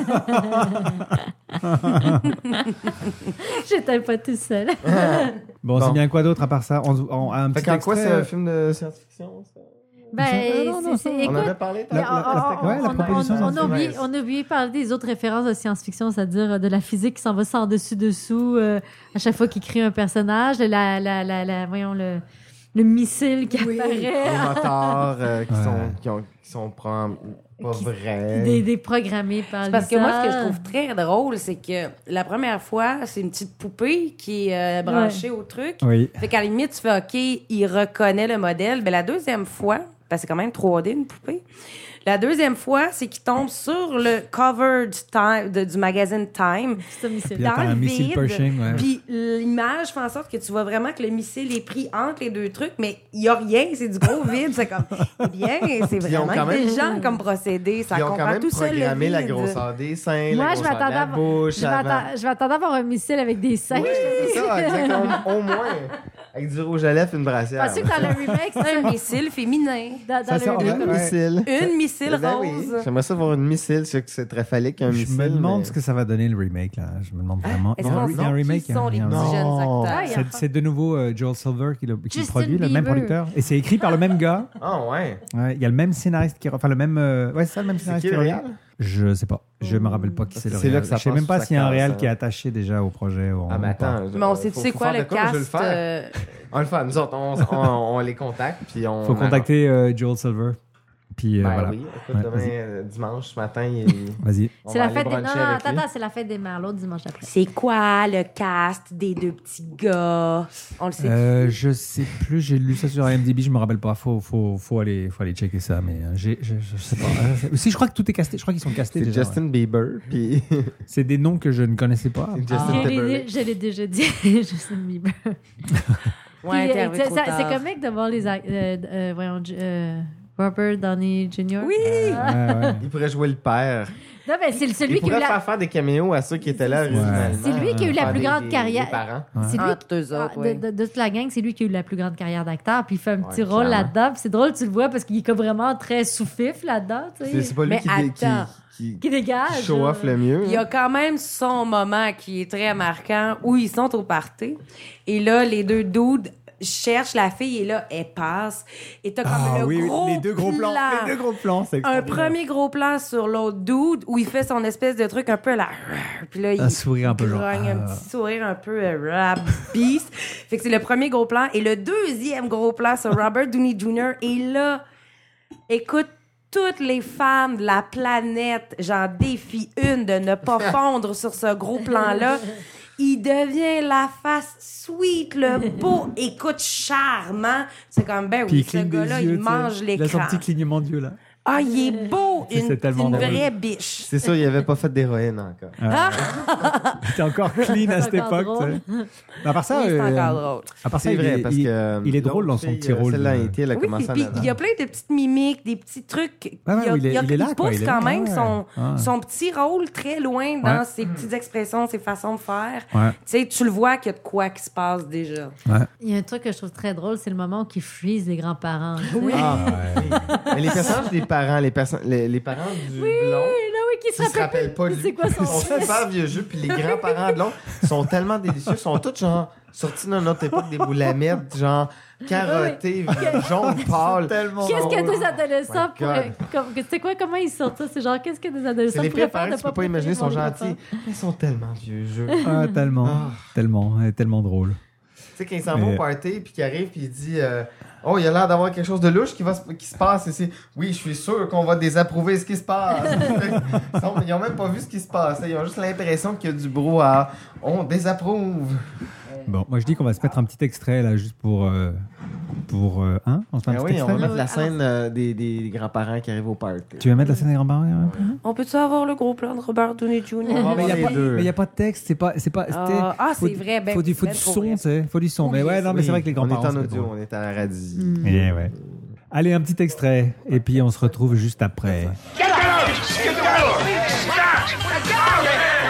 K: J'étais pas tout seul.
I: Bon, c'est bien quoi d'autre à part ça? Un
J: Fait
I: petit
J: qu'en quoi
I: extrait,
J: c'est un film de science-fiction, ça?
K: Ben,
J: On avait parlé
K: on a oublié de parler des autres références de science-fiction, c'est-à-dire de la physique qui s'en va sans dessus-dessous à chaque fois qu'il crée un personnage, voyons, le missile qui apparaît.
J: Les moteurs qui sont pas vrais.
K: Déprogrammés par
D: C'est parce que moi, ce que je
K: Lisa.
D: trouve très drôle, c'est que la première fois, c'est une petite poupée qui est branchée au truc.
I: Oui.
D: Fait qu'à la limite, tu fais OK, il reconnaît le modèle. Mais la deuxième fois, parce que c'est quand même 3D, une poupée. La deuxième fois, c'est qu'il tombe sur le cover du magazine Time.
K: C'est un missile.
I: Puis là, t'as
D: Dans
I: un
D: le
I: missile
D: vide.
I: Pershing, ouais.
D: Puis l'image fait en sorte que tu vois vraiment que le missile est pris entre les deux trucs, mais il n'y a rien, c'est du gros vide. C'est comme, eh bien, c'est
J: Puis ils ont
D: vraiment
J: quand même-
D: intelligent comme procédé. Ça
J: Ils ont quand
D: comprend
J: même
D: tout seul le
J: programmé la
D: vide.
J: grosseur des seins,
K: Moi,
J: la
K: je
J: grosseur de
K: m'attendais
J: la
K: à
J: bouche.
K: je m'attendais à avoir un missile avec des seins.
J: Oui, c'est ça, exactement. Au moins. Avec du rouge à lèvres et une brassière.
K: Parce que dans le remake,
D: C'est un missile féminin.
K: dans
I: Ça,
K: le
I: c'est en
K: remake,
I: vrai.
J: Une missile.
D: Une missile
J: Ben oui.
D: rose.
J: J'aimerais ça voir une missile. Je sais que c'est très phallique, un
I: Je
J: missile.
I: me demande
J: mais-
I: ce que ça va donner le remake, là. Je me demande vraiment.
D: Est-ce
I: Il y a
D: qu'on
I: il y a
D: sait
I: un remake.
D: qui sont les
I: il y a un-
D: petits jeunes
J: Non.
D: acteurs?
I: C'est de nouveau Joel Silver qui le
K: Justin
I: produit, le même
K: Bieber.
I: producteur. Et c'est écrit par le même gars.
J: Ah ouais.
I: Ouais, il y a le même scénariste qui. Enfin, le même. Ouais, c'est ça, le même
J: C'est
I: scénariste
J: qui le
I: revient.
J: réal?
I: Je sais pas. Je me rappelle pas qui c'est le
J: C'est là
I: réal.
J: que ça
I: Je sais
J: passe
I: même pas
J: sous sa
I: s'il y a un
J: case,
I: réal
J: hein.
I: qui est attaché déjà au projet.
J: Ah, mais attends.
D: Mais on sait, tu sais quoi, le cast.
J: On le fait. Nous autres, on les contacte. Puis on
I: faut contacter Joel Silver. Puis
J: Ben
I: voilà.
J: oui, écoute,
I: Ouais,
J: demain, dimanche, ce matin,
I: Vas-y.
K: C'est la fête des... Non, attends, c'est la fête des mères, l'autre dimanche après.
D: C'est quoi le cast des deux petits gars? On le sait.
I: Je sais plus, j'ai lu ça sur IMDb, je me rappelle pas. Faut aller checker ça, mais je sais pas. Si, je crois que tout est casté. Je crois qu'ils sont castés
J: C'est
I: déjà.
J: Justin Bieber. Puis
I: c'est des noms que je ne connaissais pas.
K: Je l'ai déjà dit, Justin Bieber.
D: Ouais,
K: Puis, c'est comique de voir les... Robert Downey Jr.
D: Oui!
I: Ouais.
J: Il pourrait jouer le père.
K: Non, mais c'est celui
J: Il
K: qui a eu
J: pourrait faire des caméos à ceux qui étaient là originalement.
K: C'est lui qui a eu la
J: Faire
K: plus grande carrière.
J: des parents.
K: C'est lui de toute la gang, c'est lui qui a eu la plus grande carrière d'acteur. Puis il fait un petit rôle là-dedans. Puis c'est drôle, tu le vois, parce qu'il est comme vraiment très sous-fif là-dedans. Tu sais.
J: C'est pas lui
K: qui dégage.
J: Qui show off le mieux.
D: Il y a quand même son moment qui est très marquant où ils sont au party. Et là, les deux dudes cherchent la fille et là, elle passe. Et t'as comme
I: les deux gros plans. Les deux gros plans, c'est
D: un premier gros plan sur l'autre dude où il fait son espèce de truc un peu là. Puis là, il
I: sourire un peu
D: grogne, un petit sourire un peu rap beast. Fait que c'est le premier gros plan. Et le deuxième gros plan sur Robert Downey Jr. Et là, écoute, toutes les femmes de la planète, j'en défie une de ne pas fondre sur ce gros plan-là. Il devient la face sweet, le beau, écoute, charmant. C'est comme, ben oui, ce gars-là, il mange l'écran.
I: Il a son petit clignement d'yeux, là.
D: Ah, il est beau, une vraie biche.
J: C'est sûr, il avait pas fait d'héroïne encore.
I: Il était encore clean à cette époque. Mais à part ça,
D: c'est encore drôle.
I: À part ça,
J: c'est vrai, parce que
I: il est drôle dans son petit rôle.
J: Celle-là, elle a commencé
D: puis il y a plein de petites mimiques, des petits trucs.
I: Il est là,
D: il pousse quand même son
I: petit
D: petit rôle très loin dans ses petites expressions, ses façons de faire.
I: Ouais.
D: Tu sais, tu le vois qu'il y a de quoi qui se passe déjà.
I: Ouais.
K: Il y a un truc que je trouve très drôle, c'est le moment où il freeze les grands-parents.
D: Oui.
J: Mais les personnages des parents, les parents du blond,
K: qui se
J: rappellent pas.
K: C'est quoi son
J: sont super vieux jeux, puis les grands-parents de l'autre sont tellement délicieux, sont tous genre sortis d'une autre époque, des boulamites, genre carottés, jaune pâle.
K: Qu'est-ce que des adolescents pourraient... C'est quoi, comment ils sortent ça? C'est genre, qu'est-ce que des adolescents
J: pourraient
K: faire
J: faire? Tu peux pas imaginer, ils sont gentils. Ils sont tellement vieux jeux.
I: Ah, tellement drôle.
J: Tu sais, quand ils s'en vont au party, puis qu'ils arrivent, puis ils disent oh, il y a l'air d'avoir quelque chose de louche qui se passe ici. Oui, je suis sûr qu'on va désapprouver ce qui se passe. Ils ont même pas vu ce qui se passe. Ils ont juste l'impression qu'il y a du brouhaha. On désapprouve.
I: Bon, moi je dis qu'on va se mettre un petit extrait là, juste pour on se met un petit extrait,
J: on va mettre la scène des grands-parents qui arrivent au party.
I: Tu veux mettre la scène des grands-parents?
D: On peut-tu avoir le gros plan de Robert Downey Jr.?
I: Mais il n'y a pas de texte, c'est pas.
D: c'est vrai.
I: Faut du son, tu sais. Faut du son. Mais ouais, non, mais c'est vrai que les grands-parents.
J: On est en audio, on est à la radio.
I: Ouais. Allez, un petit extrait, et puis on se retrouve juste après.
G: Get out! Get out! Stop!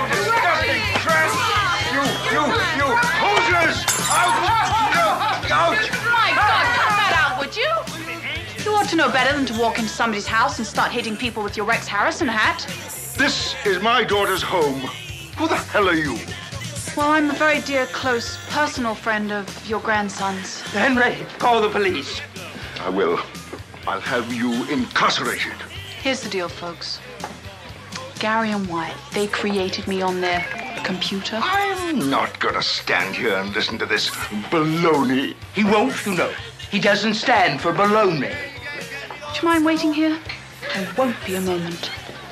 G: You hosers! Out!
N: My God, cut that out, would you? You ought to know better than to walk into somebody's house and start hitting people with your Rex Harrison hat.
G: This is my daughter's home. Who the hell are you?
N: Well, I'm a very dear, close, personal friend of your grandson's.
C: Henry, call the police.
G: I will. I'll have you incarcerated.
N: Here's the deal, folks. Gary and Wyatt, they created me on their computer.
G: I'm not gonna stand here and listen to this baloney.
C: He won't, you know. He doesn't stand for baloney.
N: Do you mind waiting here? There won't be a moment.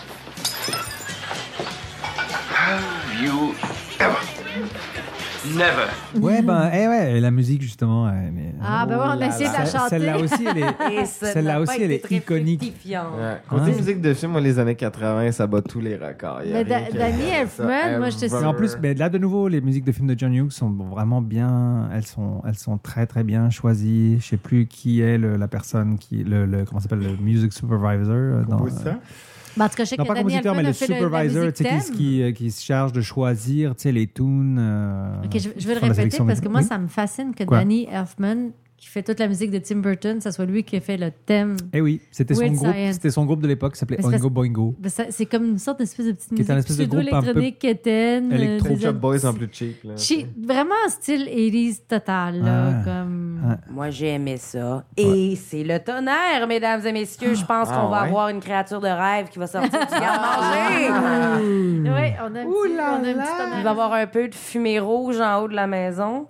G: Have you ever?
C: Never.
I: Ouais, la musique, justement.
K: on a essayé de la chanter.
I: Celle-là aussi, elle est iconique.
J: Côté musique de film, moi, les années 80, ça bat tous les records.
K: Mais Danny Elfman, moi, je te sais.
I: En plus, mais là, de nouveau, les musiques de films de John Hughes sont vraiment bien. Elles sont très, très bien choisies. Je sais plus qui est la personne qui. Comment s'appelle, le music supervisor.
K: En tout cas, je sais que
I: pas
K: Danny
I: compositeur, mais le
K: Elfman
I: supervisor qui se charge de choisir les tunes.
K: Ok, je vais le répéter parce que moi, ça me fascine que Danny Elfman, qui fait toute la musique de Tim Burton, ça soit lui qui a fait le thème.
I: Eh oui, c'était son groupe de l'époque qui s'appelait Oingo Boingo.
K: C'est comme une sorte d'espèce de petite musique
I: pseudo-électronique
K: quétaine.
J: Electro Shop Boys en plus cheap.
K: Vraiment style 80s total. Là, comme...
D: Moi, j'ai aimé ça. Et c'est le tonnerre, mesdames et messieurs. Je pense qu'on va avoir une créature de rêve qui va sortir du garde-manger.
K: Oui, on a un petit tonnerre.
D: Il va y avoir un peu de fumée rouge en haut de la maison.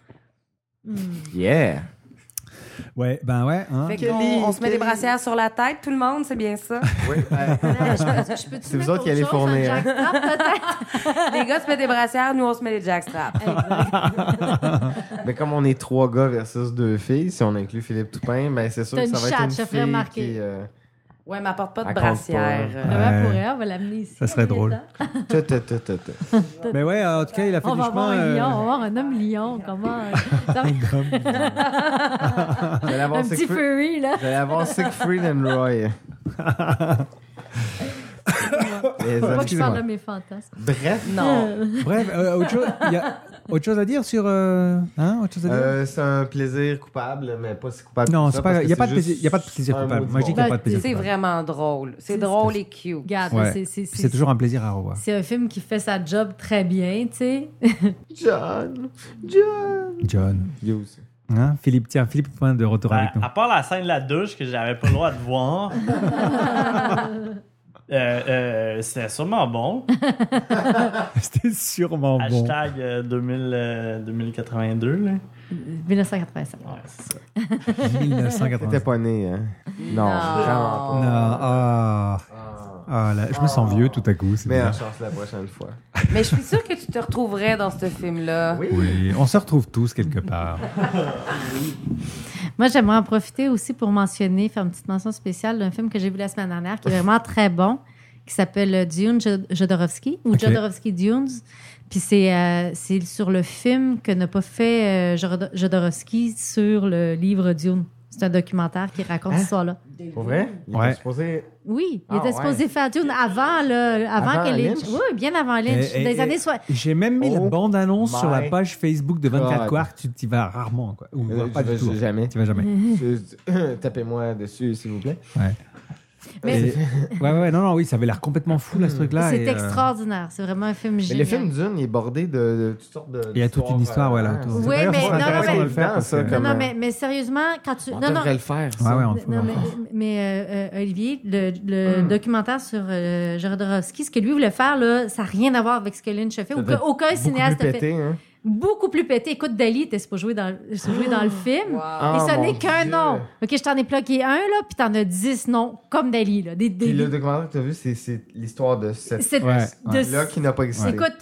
J: Yeah!
I: Ouais, ben ouais. Hein.
D: Fait on se met des brassières sur la tête, tout le monde, c'est bien ça?
J: Oui.
K: Je peux-tu
J: C'est vous
K: mettre
J: autres qui allez
K: autre chose,
J: fournir.
K: un jackstrap, peut-être?
D: Les gars se mettent des brassières, nous on se met des jackstraps.
J: Mais comme on est 3 gars versus 2 filles, si on inclut Philippe Toupin, ben c'est sûr
K: T'as
J: que ça
K: une
J: va être
K: chatte,
J: une
K: je te ferai
J: fille
K: remarquer.
J: qui...
D: Ouais, mais apporte pas de
J: Elle compte
D: brassière.
J: pas.
K: Ouais, pour elle, on va l'amener ici.
I: Ça serait drôle. Mais ouais, en tout cas, il a fait
K: On
I: du
K: va avoir
I: chemin.
K: un lion, on va avoir un homme lion. Comment? Un petit furry, là.
J: J'allais avoir Siegfried and Roy.
K: Pas que je parle de mes fantasmes.
J: Bref.
D: Non.
I: Bref, il y a autre chose à dire sur... autre chose à dire?
J: C'est un plaisir coupable, mais pas si coupable
I: Non,
J: que
I: c'est
J: ça,
I: pas,
J: parce
I: il n'y a,
J: que
I: pas de
J: c'est
I: plaisir-
J: juste
I: y a pas de plaisir
J: un
I: coupable.
J: maudit
I: Moi, je dis qu'il n'y a pas de plaisir
D: C'est
I: coupable.
D: vraiment drôle. C'est drôle et cute.
K: Regarde,
I: Ouais. C'est toujours un plaisir à revoir.
K: C'est un film qui fait sa job très bien, tu sais.
J: John.
I: John.
J: You aussi.
I: Hein? Philippe, tiens, Philippe Poin de retour avec nous.
M: À part la scène de la douche que j'avais pas le droit de voir, c'était sûrement bon.
I: C'était sûrement bon.
M: Hashtag 2082, là.
K: 1985.
M: Ouais, c'est ça.
I: 1980.
J: T'étais pas né, hein? Non, vraiment pas.
I: Non, là, je me sens vieux tout à coup. C'est
J: Meilleure
I: bizarre.
J: chance la prochaine fois.
D: Mais je suis sûre que tu te retrouverais dans ce film-là.
I: Oui, on se retrouve tous quelque part.
K: Moi, j'aimerais en profiter aussi pour mentionner, faire une petite mention spéciale d'un film que j'ai vu la semaine dernière qui est vraiment très bon, qui s'appelle Dune Jodorowsky, ou Jodorowsky Dunes. Puis c'est sur le film que n'a pas fait Jodorowsky sur le livre Dune. C'est un documentaire qui raconte cette histoire-là.
J: Pour vrai? Il était supposé...
K: Oui, il était supposé faire Dune avant que Lynch. Oui, bien avant Lynch. Dans les années 60.
I: J'ai même mis la bande-annonce sur la
J: my
I: page Facebook de 24
J: God.
I: Quarks. Tu vas rarement, quoi. Ou pas du tout.
J: Jamais.
I: Tu vas jamais.
J: Tapez-moi dessus, s'il vous plaît.
I: Ouais.
K: Mais
I: Oui, ça avait l'air complètement fou, là, ce truc-là.
K: c'est
I: et,
K: extraordinaire. C'est vraiment un film
J: Mais
K: génial.
J: le film Dune, il est bordé de toutes sortes de...
I: Il y a toute une histoire, ouais, là. autour.
K: Oui, mais
I: D'ailleurs,
K: non,
I: intéressant
K: mais-
I: de le faire. parce que-
K: Non, mais sérieusement, quand tu...
J: On
K: non,
J: devrait le faire, ça.
I: Ouais, on
K: Non, mais Olivier, le documentaire sur Jodorowsky, ce que lui voulait faire, là, ça n'a rien à voir avec ce que Lynch a fait. Aucun cinéaste a fait.
J: pété, hein?
K: Beaucoup plus pété. Écoute, Dali était supposé jouer dans le film.
J: Wow.
K: Et ce
J: Oh,
K: n'est
J: mon
K: qu'un
J: Dieu.
K: nom. OK, je t'en ai bloqué un, là, puis t'en as 10 noms, comme Dali, là.
J: Puis le documentaire que tu as vu, c'est l'histoire de cette
K: C'est-
J: là qui n'a pas existé.
K: Écoute,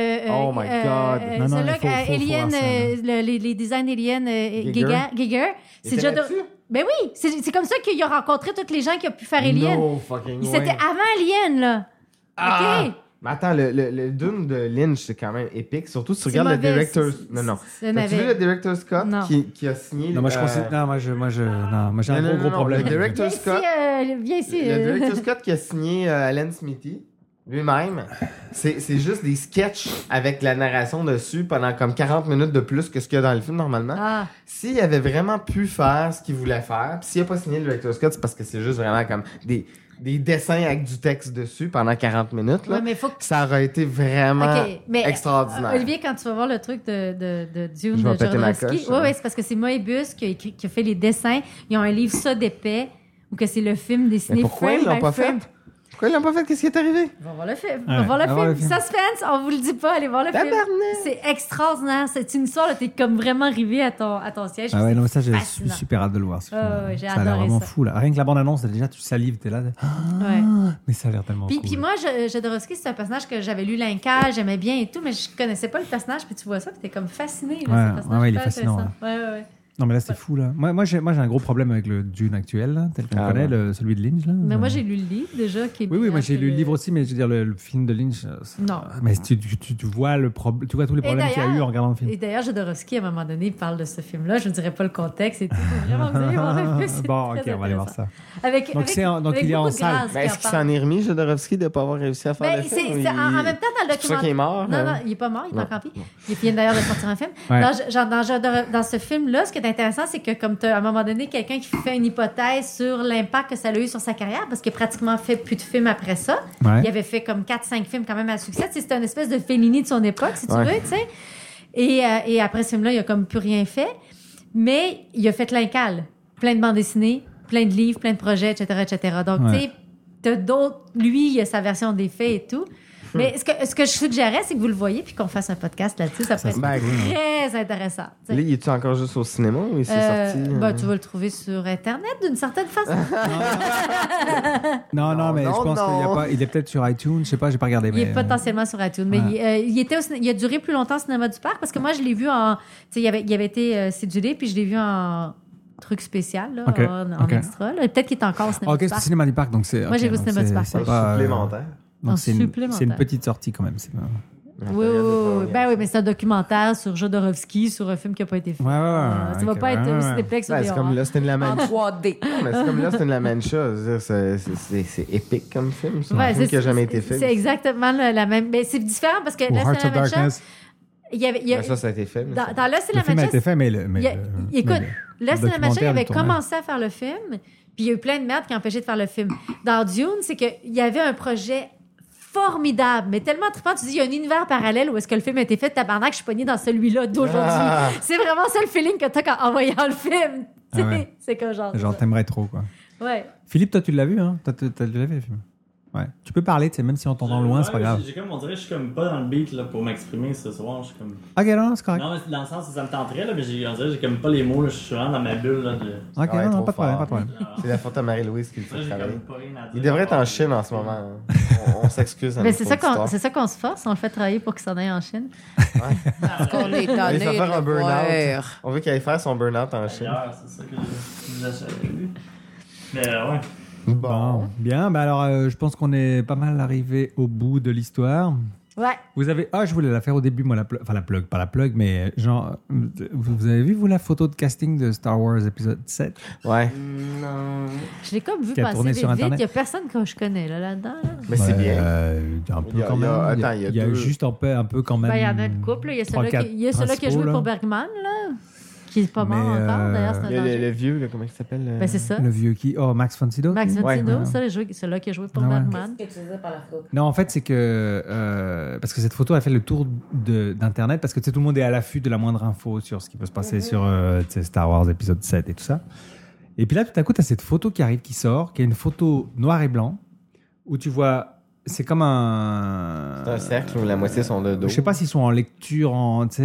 J: Oh my God.
I: Non,
K: celui-là,
I: il faut
K: Alien,
I: voir ça,
K: les designs d'Alien
J: Giger.
K: Giger,
J: Il
K: c'est
J: était
K: Jodor...
J: là-dessus?
K: Ben oui, c'est comme ça qu'il a rencontré tous les gens qui ont pu faire Alien.
J: No fucking way.
K: C'était avant Alien, là. OK?
J: Mais attends, le Dune de Lynch, c'est quand même épique. Surtout si tu
K: C'est
J: regardes le
K: mauvais,
J: director's...
K: c'est-
J: Non.
K: c'est
J: T'as-tu
K: mauvais.
J: vu le director's cut
K: Non.
J: qui a signé...
I: Non, moi, je considère... Non, moi, j'ai un gros problème.
J: Le
I: avec
J: director's cut...
K: Viens ici.
J: Le director's cut qui a signé Alan Smithy, lui-même, c'est juste des sketchs avec la narration dessus pendant comme 40 minutes de plus que ce qu'il y a dans le film normalement.
K: Ah.
J: S'il avait vraiment pu faire ce qu'il voulait faire, puis s'il n'a pas signé le director's cut, c'est parce que c'est juste vraiment comme des dessins avec du texte dessus pendant 40 minutes. Là.
K: Ouais, mais faut que-
J: Ça aurait été vraiment
K: OK, mais
J: extraordinaire.
K: Olivier, quand tu vas voir le truc de Dune
J: Je vais
K: de
J: péter ma
K: Jodorowsky,
J: coche,
K: oui, c'est parce que c'est Moebius qui a fait les dessins. Ils ont un livre ça d'épais, ou que c'est le film dessiné
J: Mais pourquoi
K: frame
J: ils l'ont
K: by
J: pas
K: frame.
J: fait? Pourquoi ils l'ont pas fait? Qu'est-ce qui est arrivé?
K: On va voir le film.
I: Ouais,
K: On va voir le
I: on va voir
K: film.
I: le film.
K: Suspense, on vous le dit pas. Allez voir le film.
J: Tabarnak!
K: C'est extraordinaire. C'est une histoire, là, t'es comme vraiment rivé à ton siège.
I: Ah ouais,
K: C'est
I: non, mais ça, j'ai
K: fascinant.
I: super hâte de le voir. Ce film.
K: Ouais, j'ai
I: Ça a l'air
K: adoré
I: vraiment
K: ça.
I: fou, là. Rien que la bande-annonce, déjà, tu salives, t'es là.
K: Ouais.
I: Mais ça a l'air tellement
K: Puis,
I: cool.
K: puis moi, Jodorowsky, c'est un personnage que j'avais lu Linka, j'aimais bien et tout, mais je connaissais pas le personnage. Puis tu vois ça, puis t'es comme fasciné. Là,
I: Ouais,
K: ce personnage,
I: ouais, il est
K: super
I: fascinant,
K: intéressant. Ouais.
I: Non, mais là, c'est fou, là. Moi, j'ai un gros problème avec le Dune actuel, là, tel qu'on connaît, celui de Lynch, là.
K: Mais moi, j'ai lu le livre déjà. Qui est
I: Oui, moi,
K: meilleur
I: j'ai
K: que
I: lu le livre aussi, mais je veux dire, le film de Lynch.
K: Non.
I: Mais tu vois tu vois tous les problèmes qu'il y a eu en regardant le film.
K: Et d'ailleurs, Jodorowsky, à un moment donné, il parle de ce film-là. Je ne dirais pas le contexte et tout. Faut vraiment que vous allez voir le film. C'est
I: Bon,
K: très
I: ok, on va aller voir ça.
K: Avec,
I: Donc, il est en salle.
J: Ben, est-ce qu'il s'en est remis, Jodorowsky, de ne pas avoir réussi à faire
K: Ben,
J: le film?
K: c'est en même temps, dans le
J: C'est pour ça qu'il est mort?
K: Non,
J: hein?
K: non, il n'est pas mort, il est
J: Non.
K: encore en vie. Il vient d'ailleurs de sortir un film.
I: Ouais.
K: Dans ce film-là, ce qui est intéressant, c'est que comme tu as à un moment donné quelqu'un qui fait une hypothèse sur l'impact que ça a eu sur sa carrière, parce qu'il a pratiquement fait plus de films après ça.
I: Ouais.
K: Il avait fait comme 4-5 films quand même à succès. C'était une espèce de Fellini de son époque, si tu
J: Ouais.
K: veux, tu sais. Et après ce film-là, il a comme plus rien fait. Mais il a fait l'incal. Plein de bandes dessinées, plein de livres, plein de projets, etc., etc. Donc, tu sais, t'as d'autres... Lui, il a sa version des faits et tout. Mais ce que je suggérais, c'est que vous le voyez puis qu'on fasse un podcast là-dessus. Ça pourrait être très intéressant. T'sais.
J: Là, il est-tu encore juste au cinéma ou il s'est sorti?
K: Tu vas le trouver sur Internet d'une certaine façon.
I: non, mais je pense qu'il y a pas... Il est peut-être sur iTunes. Je sais pas, j'ai pas regardé.
K: Il est potentiellement sur iTunes. Mais il a duré plus longtemps au Cinéma du Parc parce que moi, je l'ai vu en... Tu sais, il avait été cédulé puis je l'ai vu en... truc spécial, là, en extra. Là. Peut-être qu'il est encore au Cinéma du Parc.
I: OK, c'est au Cinéma du Parc. Donc c'est,
K: moi, j'ai vu au Cinéma du Parc.
J: C'est pas supplémentaire.
I: Donc c'est une petite sortie quand même.
K: Oui. Ben oui, mais c'est un documentaire sur Jodorowsky, sur un film qui n'a pas été fait. Ça va pas être au Cinéplex ou
J: c'est comme là, c'était
K: en 3D.
J: Mais c'est comme là, c'était la même chose. C'est épique comme film. C'est un film qui n'a jamais été fait.
K: C'est exactement la même. Mais c'est différent parce que là, c'est la même chose.
J: Ça a été fait.
K: Dans là, c'est
I: le
K: la
I: film
K: même
I: a été fait, mais
K: écoute, là, c'est la même chose. Il avait commencé à faire le film, puis il y a eu plein de merde qui a empêché de faire le film. Dans Dune, c'est qu'il y avait un projet formidable, mais tellement trippant. Tu dis, il y a un univers parallèle où est-ce que le film a été fait, tabarnak, je suis pognée dans celui-là d'aujourd'hui. C'est vraiment ça le feeling que t'as en voyant le film. C'est comme genre
I: t'aimerais trop, quoi.
K: Ouais.
I: Philippe, toi, tu l'as vu, hein? T'as vu le film? Ouais. Tu peux parler, même si on t'entend loin, c'est pas grave.
M: On dirait que je suis comme pas dans le beat là, pour m'exprimer ce soir. Je suis comme...
I: Ok, non, c'est correct.
M: Non, mais dans le sens où ça me tenterait, là, mais on dirait que j'ai comme pas les mots. Là, je suis vraiment dans ma bulle. Là, de...
I: Ok, non, pas de problème.
J: C'est la faute à Marie-Louise qui le fait travailler. Il devrait être en Chine en ce moment. On s'excuse.
K: Mais c'est ça qu'on se force. On le fait travailler pour qu'il s'en aille en Chine.
O: Parce qu'on est tanné de
J: faire un burn-out.
O: voir.
J: On veut qu'il aille faire son burn-out en Chine.
M: C'est ça que j'avais vu. Mais ouais.
I: Bon, bien. Alors, je pense qu'on est pas mal arrivé au bout de l'histoire.
K: Ouais.
I: Vous avez... je voulais la faire au début, moi, pas la plug, mais genre... Vous avez vu, vous, la photo de casting de Star Wars épisode 7?
J: Ouais.
O: Non.
K: Je l'ai comme vu passer vite. Il n'y a personne que je connais là-dedans.
J: Mais c'est bien.
I: Un peu quand même. Il y a juste un peu quand même...
K: Il y en a une couple. Il y a celui-là qui a joué pour Bergman, là. Qui est pas mort encore, d'ailleurs.
J: Le vieux, là, comment il s'appelle?
K: Ben, c'est ça.
I: Le vieux qui... Max von Sydow?
K: Max von Sydow, celui-là qui a joué pour Bergman.
D: Qu'est-ce que tu disais par la photo?
I: Non, en fait, c'est que... parce que cette photo a fait le tour d'Internet, parce que tout le monde est à l'affût de la moindre info sur ce qui peut se passer sur Star Wars épisode 7 et tout ça. Et puis là, tout à coup, tu as cette photo qui arrive, qui sort, qui est une photo noir et blanc, où tu vois... C'est comme
J: C'est un cercle où la moitié sont de dos.
I: Je sais pas s'ils sont en lecture, c'est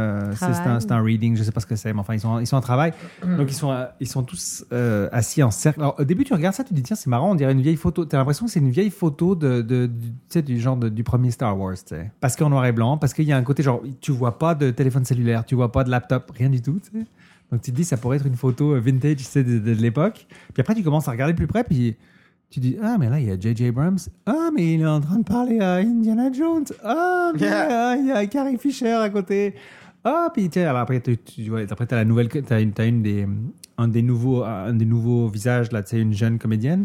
I: un reading, je sais pas ce que c'est, mais enfin ils sont en travail. Donc ils sont tous assis en cercle. Alors, au début tu regardes ça, tu te dis tiens c'est marrant, on dirait une vieille photo. T'as l'impression que c'est une vieille photo du genre du premier Star Wars, parce qu'en noir et blanc, parce qu'il y a un côté genre tu vois pas de téléphone cellulaire, tu vois pas de laptop, rien du tout. T'sais. Donc tu te dis ça pourrait être une photo vintage, de l'époque. Puis après tu commences à regarder de plus près, puis tu dis, mais là, il y a J.J. Abrams. Mais il est en train de parler à Indiana Jones. Mais il y a Carrie Fisher à côté. Puis tiens, alors après, t'as la nouvelle, t'as un des nouveaux visages, là, tu sais, une jeune comédienne.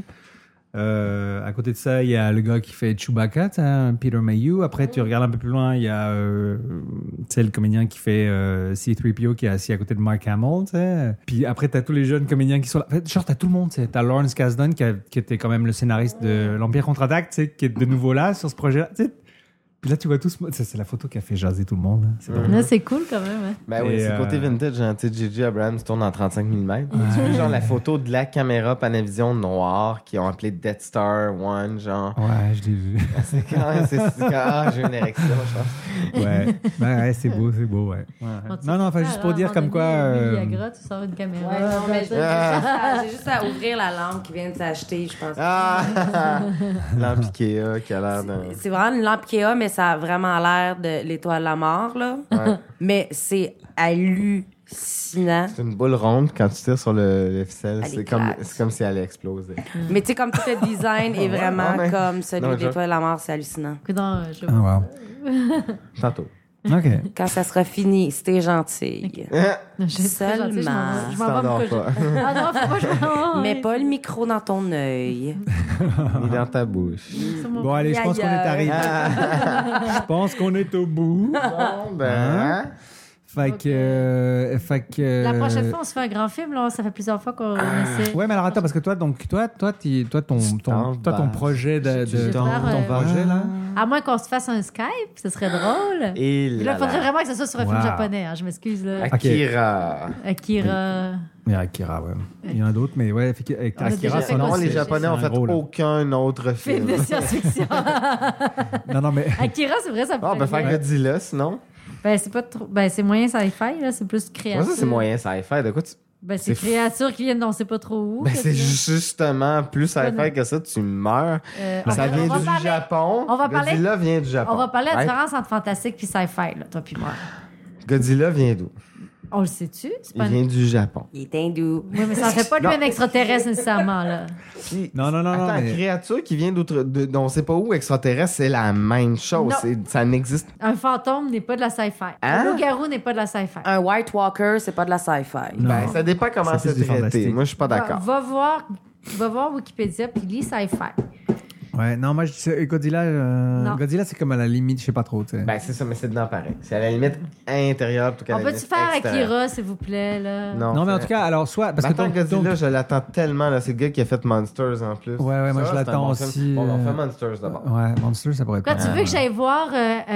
I: À côté de ça, il y a le gars qui fait Chewbacca, Peter Mayhew. Après, tu regardes un peu plus loin, il y a le comédien qui fait C-3PO qui est assis à côté de Mark Hamill. Puis après, tu as tous les jeunes comédiens qui sont là. En fait, genre, tu as tout le monde. Tu as Lawrence Kasdan qui était quand même le scénariste de l'Empire contre-attaque, qui est de nouveau là sur ce projet-là. Puis là, tu vois tous. C'est la photo qui a fait jaser tout le monde.
K: Là, c'est cool quand même. Hein.
J: Ben oui, c'est côté vintage. Hein, J.J. Abrams tourne en 35 mm. Tu vois, genre, la photo de la caméra Panavision noire qu'ils ont appelée Death Star One, genre.
I: Ouais, je l'ai vu.
J: C'est quand j'ai une érection, je pense.
I: Ouais, c'est beau, ouais. Non, enfin, juste pour dire comme quoi.
K: Viagra, tu sors une caméra.
D: Ouais, non, mais j'ai juste à ouvrir la lampe qui vient de s'acheter, je pense.
J: Lampe Ikea qui a l'air de.
D: C'est vraiment une lampe Ikea, mais ça a vraiment l'air de l'étoile de la mort, là.
J: Ouais.
D: Mais c'est hallucinant.
J: C'est une boule ronde, quand tu tires sur le ficelle, c'est comme si elle allait exploser.
D: Mais tu sais, comme tout le design est vraiment comme celui de l'étoile de la mort, c'est hallucinant.
I: Wow.
J: Tantôt.
I: OK.
D: Quand ça sera fini, si t'es gentille. Seulement.
K: Je m'en vais me coucher.
D: Mets pas le micro dans ton œil.
J: Ni dans ta bouche.
I: Bon, allez, je pense qu'on est arrivé. Je pense qu'on est au bout.
J: Bon,
I: Fait que
K: la prochaine fois, on se fait un grand film, là. Ça fait plusieurs fois qu'on essaie.
I: Ouais, mais alors attends, parce que toi, ton projet ton projet, là.
K: À moins qu'on se fasse un Skype, ce serait drôle.
J: Et
K: Puis là, il faudrait vraiment que ce soit sur un film japonais. Hein, je m'excuse. Là.
J: Akira.
K: Akira.
I: Il y a Akira, ouais. Il y en a d'autres, mais ouais, avec Akira,
J: c'est non, les Japonais ont fait aucun autre film.
K: Film de science-fiction.
I: non, mais...
K: Akira, c'est vrai, ça peut
J: ben faire Godzilla, sinon.
K: Ben, c'est pas trop... Ben, c'est moyen sci-fi, là. C'est plus créature.
J: Ouais, ça, c'est moyen sci-fi. De quoi tu...
K: Ben, c'est créatures qui viennent d'on sait pas trop où.
J: Ben, c'est justement plus sci-fi que ça, tu meurs. Ça vient du Japon. Godzilla vient du Japon.
K: On va parler de la différence entre fantastique et sci-fi, là, toi puis moi.
J: Godzilla vient d'où?
K: On le sait-tu?
J: Il vient du Japon.
D: Il est hindou.
K: Oui, mais ça ne fait pas de lui un extraterrestre nécessairement, là.
I: Non.
J: Attends, une créature qui vient dont on ne sait pas où, extraterrestre, c'est la même chose. Ça n'existe.
K: Un fantôme n'est pas de la sci-fi.
J: Hein?
K: Un loup-garou n'est pas de la sci-fi.
D: Un White Walker, c'est pas de la sci-fi.
J: Ben, ça dépend comment c'est traité. Moi, je suis pas d'accord.
K: Va voir Wikipédia puis lis sci-fi.
I: Ouais, non, moi, Godzilla, c'est comme à la limite, je sais pas trop, tu sais.
J: Ben, c'est ça, mais c'est dedans pareil. C'est à la limite intérieure plutôt qu'à la limite
K: extérieure. On peut-tu faire
J: extérieure.
K: Akira, s'il vous plaît, là?
I: Non, mais en tout cas, alors, soit... Parce
J: que Godzilla, je l'attends tellement, là. C'est le gars qui a fait Monsters, en plus.
I: Ouais, moi, je l'attends aussi.
J: Bon, on fait Monsters, d'abord.
I: Ouais, Monsters, ça pourrait être
K: Quand tu veux que j'aille voir...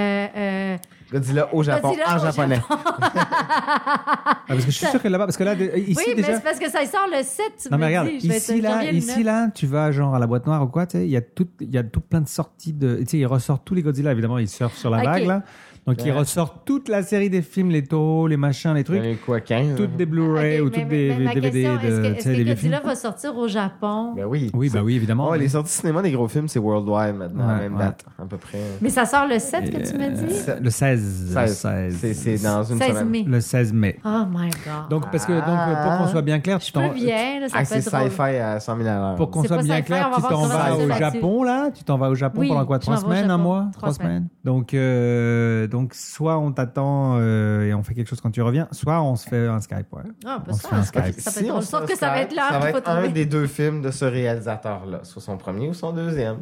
J: Godzilla au Japon, en japonais.
I: Parce que je suis sûr que là-bas, parce que là, ici,
K: oui,
I: déjà...
K: mais c'est parce que ça sort le 7, tu
I: non, mais
K: me
I: regarde,
K: dis.
I: ici, là, tu vas genre à la boîte noire ou quoi, tu sais, il y a tout plein de sorties de... Tu sais, ils ressortent tous les Godzilla, évidemment, ils surfent sur la vague, là. Donc, ils ressortent toute la série des films, les Toho, les machins, les trucs.
J: Quoi, 15?
I: Toutes des Blu-ray ou toutes des DVD de...
K: Est-ce que Godzilla va sortir au Japon?
J: Ben oui.
I: Oui, évidemment.
J: Oh, les sorties cinéma des gros films, c'est worldwide maintenant, même date, à peu près.
K: Mais ça sort le 7 que tu m'as dit?
I: Le 16.
J: C'est dans une
K: 16
J: semaine.
K: mai.
I: Le 16 mai.
K: Oh my God.
I: Donc, pour qu'on soit bien clair, tu t'en vas...
J: C'est sci-fi à 100 000 $.
I: Pour qu'on soit bien clair, tu t'en vas au Japon, là? Tu t'en vas au Japon pendant quoi? 3 semaines, un mois? 3 semaines. Donc, soit on t'attend et on fait quelque chose quand tu reviens, soit on se fait un Skype, ouais.
K: On se fait un Skype. Sauf que ça va être l'heure
J: qu'il faut
K: trouver.
J: Ça va être un des deux films de ce réalisateur-là, soit son premier ou son deuxième.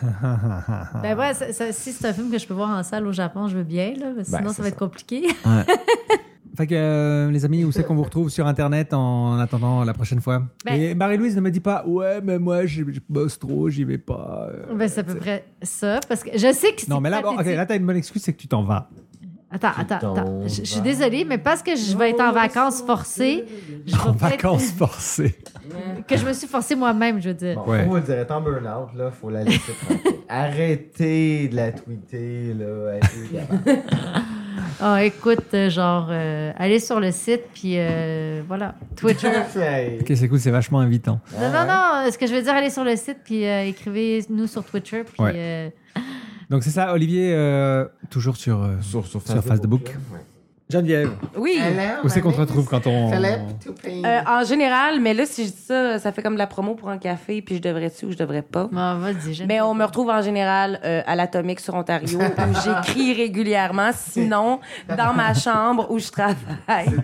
K: Ben ouais, si c'est un film que je peux voir en salle au Japon, je veux bien, là, sinon ça va être compliqué.
I: Ouais. Fait que, les amis, où c'est qu'on vous retrouve sur Internet en attendant la prochaine fois? Et Marie-Louise ne me dit pas, ouais, mais moi, je bosse trop, j'y vais pas.
K: Ben, c'est à peu près ça, parce que je sais que c'est...
I: Non, mais là, là, t'as une bonne excuse, c'est que tu t'en vas.
K: Attends. Je suis désolée, mais parce que je vais être en vacances forcées...
I: Vacances forcées.
K: Que je me suis forcée moi-même, je veux dire.
J: Bon, faut dire, être en burn-out, là, faut la laisser tranquille. Arrêtez de la tweeter, là.
K: Ah, écoute, allez sur le site, puis voilà. Twitter.
I: Ok, c'est cool, c'est vachement invitant.
K: Non, ce que je veux dire, allez sur le site, puis écrivez-nous sur Twitter, puis...
I: Ouais. Donc c'est ça, Olivier, toujours sur Facebook.
J: Ouais.
I: Geneviève.
D: Oui.
I: Où c'est qu'on te retrouve quand on...
D: En général, mais là, si je dis ça, ça fait comme de la promo pour un café, puis je devrais-tu ou je devrais pas.
K: Vas-y,
D: mais on me retrouve en général à l'Atomique sur Ontario, où j'écris régulièrement, sinon dans ma chambre où je travaille.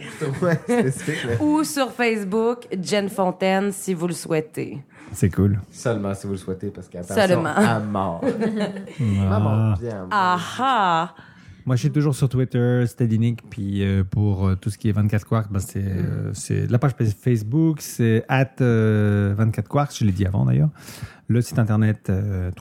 D: Ou sur Facebook, Jen Fontaine, si vous le souhaitez.
I: C'est cool.
J: Seulement si vous le souhaitez, parce qu'attention,
D: seulement.
J: À mort.
I: Ah. Moi, je suis toujours sur Twitter, Steadinic, puis pour tout ce qui est 24 Quarks, ben c'est la page Facebook, c'est @24quarks, je l'ai dit avant d'ailleurs. Le site internet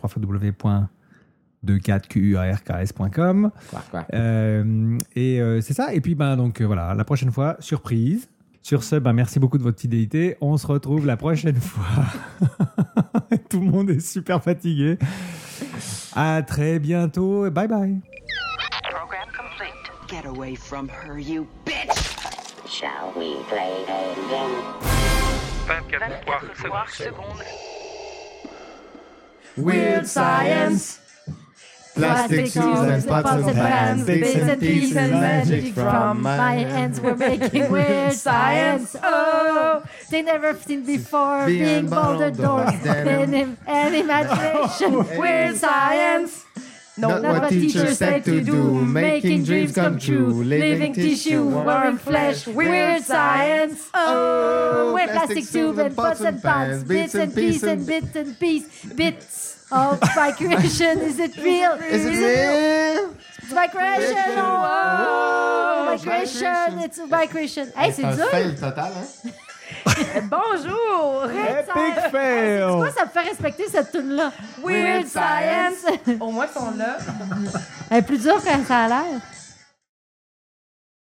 I: www.24quarks.com. Et c'est ça. Et puis donc voilà, la prochaine fois, surprise. Sur ce, merci beaucoup de votre fidélité. On se retrouve la prochaine fois. Tout le monde est super fatigué. À très bientôt. Bye bye.
N: Program complete. Get away from her, you bitch!
L: Shall we play a game?
A: 24 secondes.
K: Weird science. Plastic tubes and pots and pans, bits and pieces and magic from my hands. We're making weird science. Oh, they never seen before. Being boulder doors and imagination. Weird science. Not what teachers said to do. Making dreams come true. Living tissue, wearing flesh. Weird science. Oh, we're plastic tube and pots and pans, bits and pieces and bits and bits. Oh, my creation, is it real?
J: Is it real?
K: It's my creation! Oh, my creation! It's my creation! Hey, c'est dur!
J: C'est un fail total, hein?
D: Bonjour!
I: Epic fail!
K: C'est quoi, ça me fait respecter cette tune-là?
D: Weird Science! Au moins, ils sont là.
K: Elle est plus dure que ça a l'air.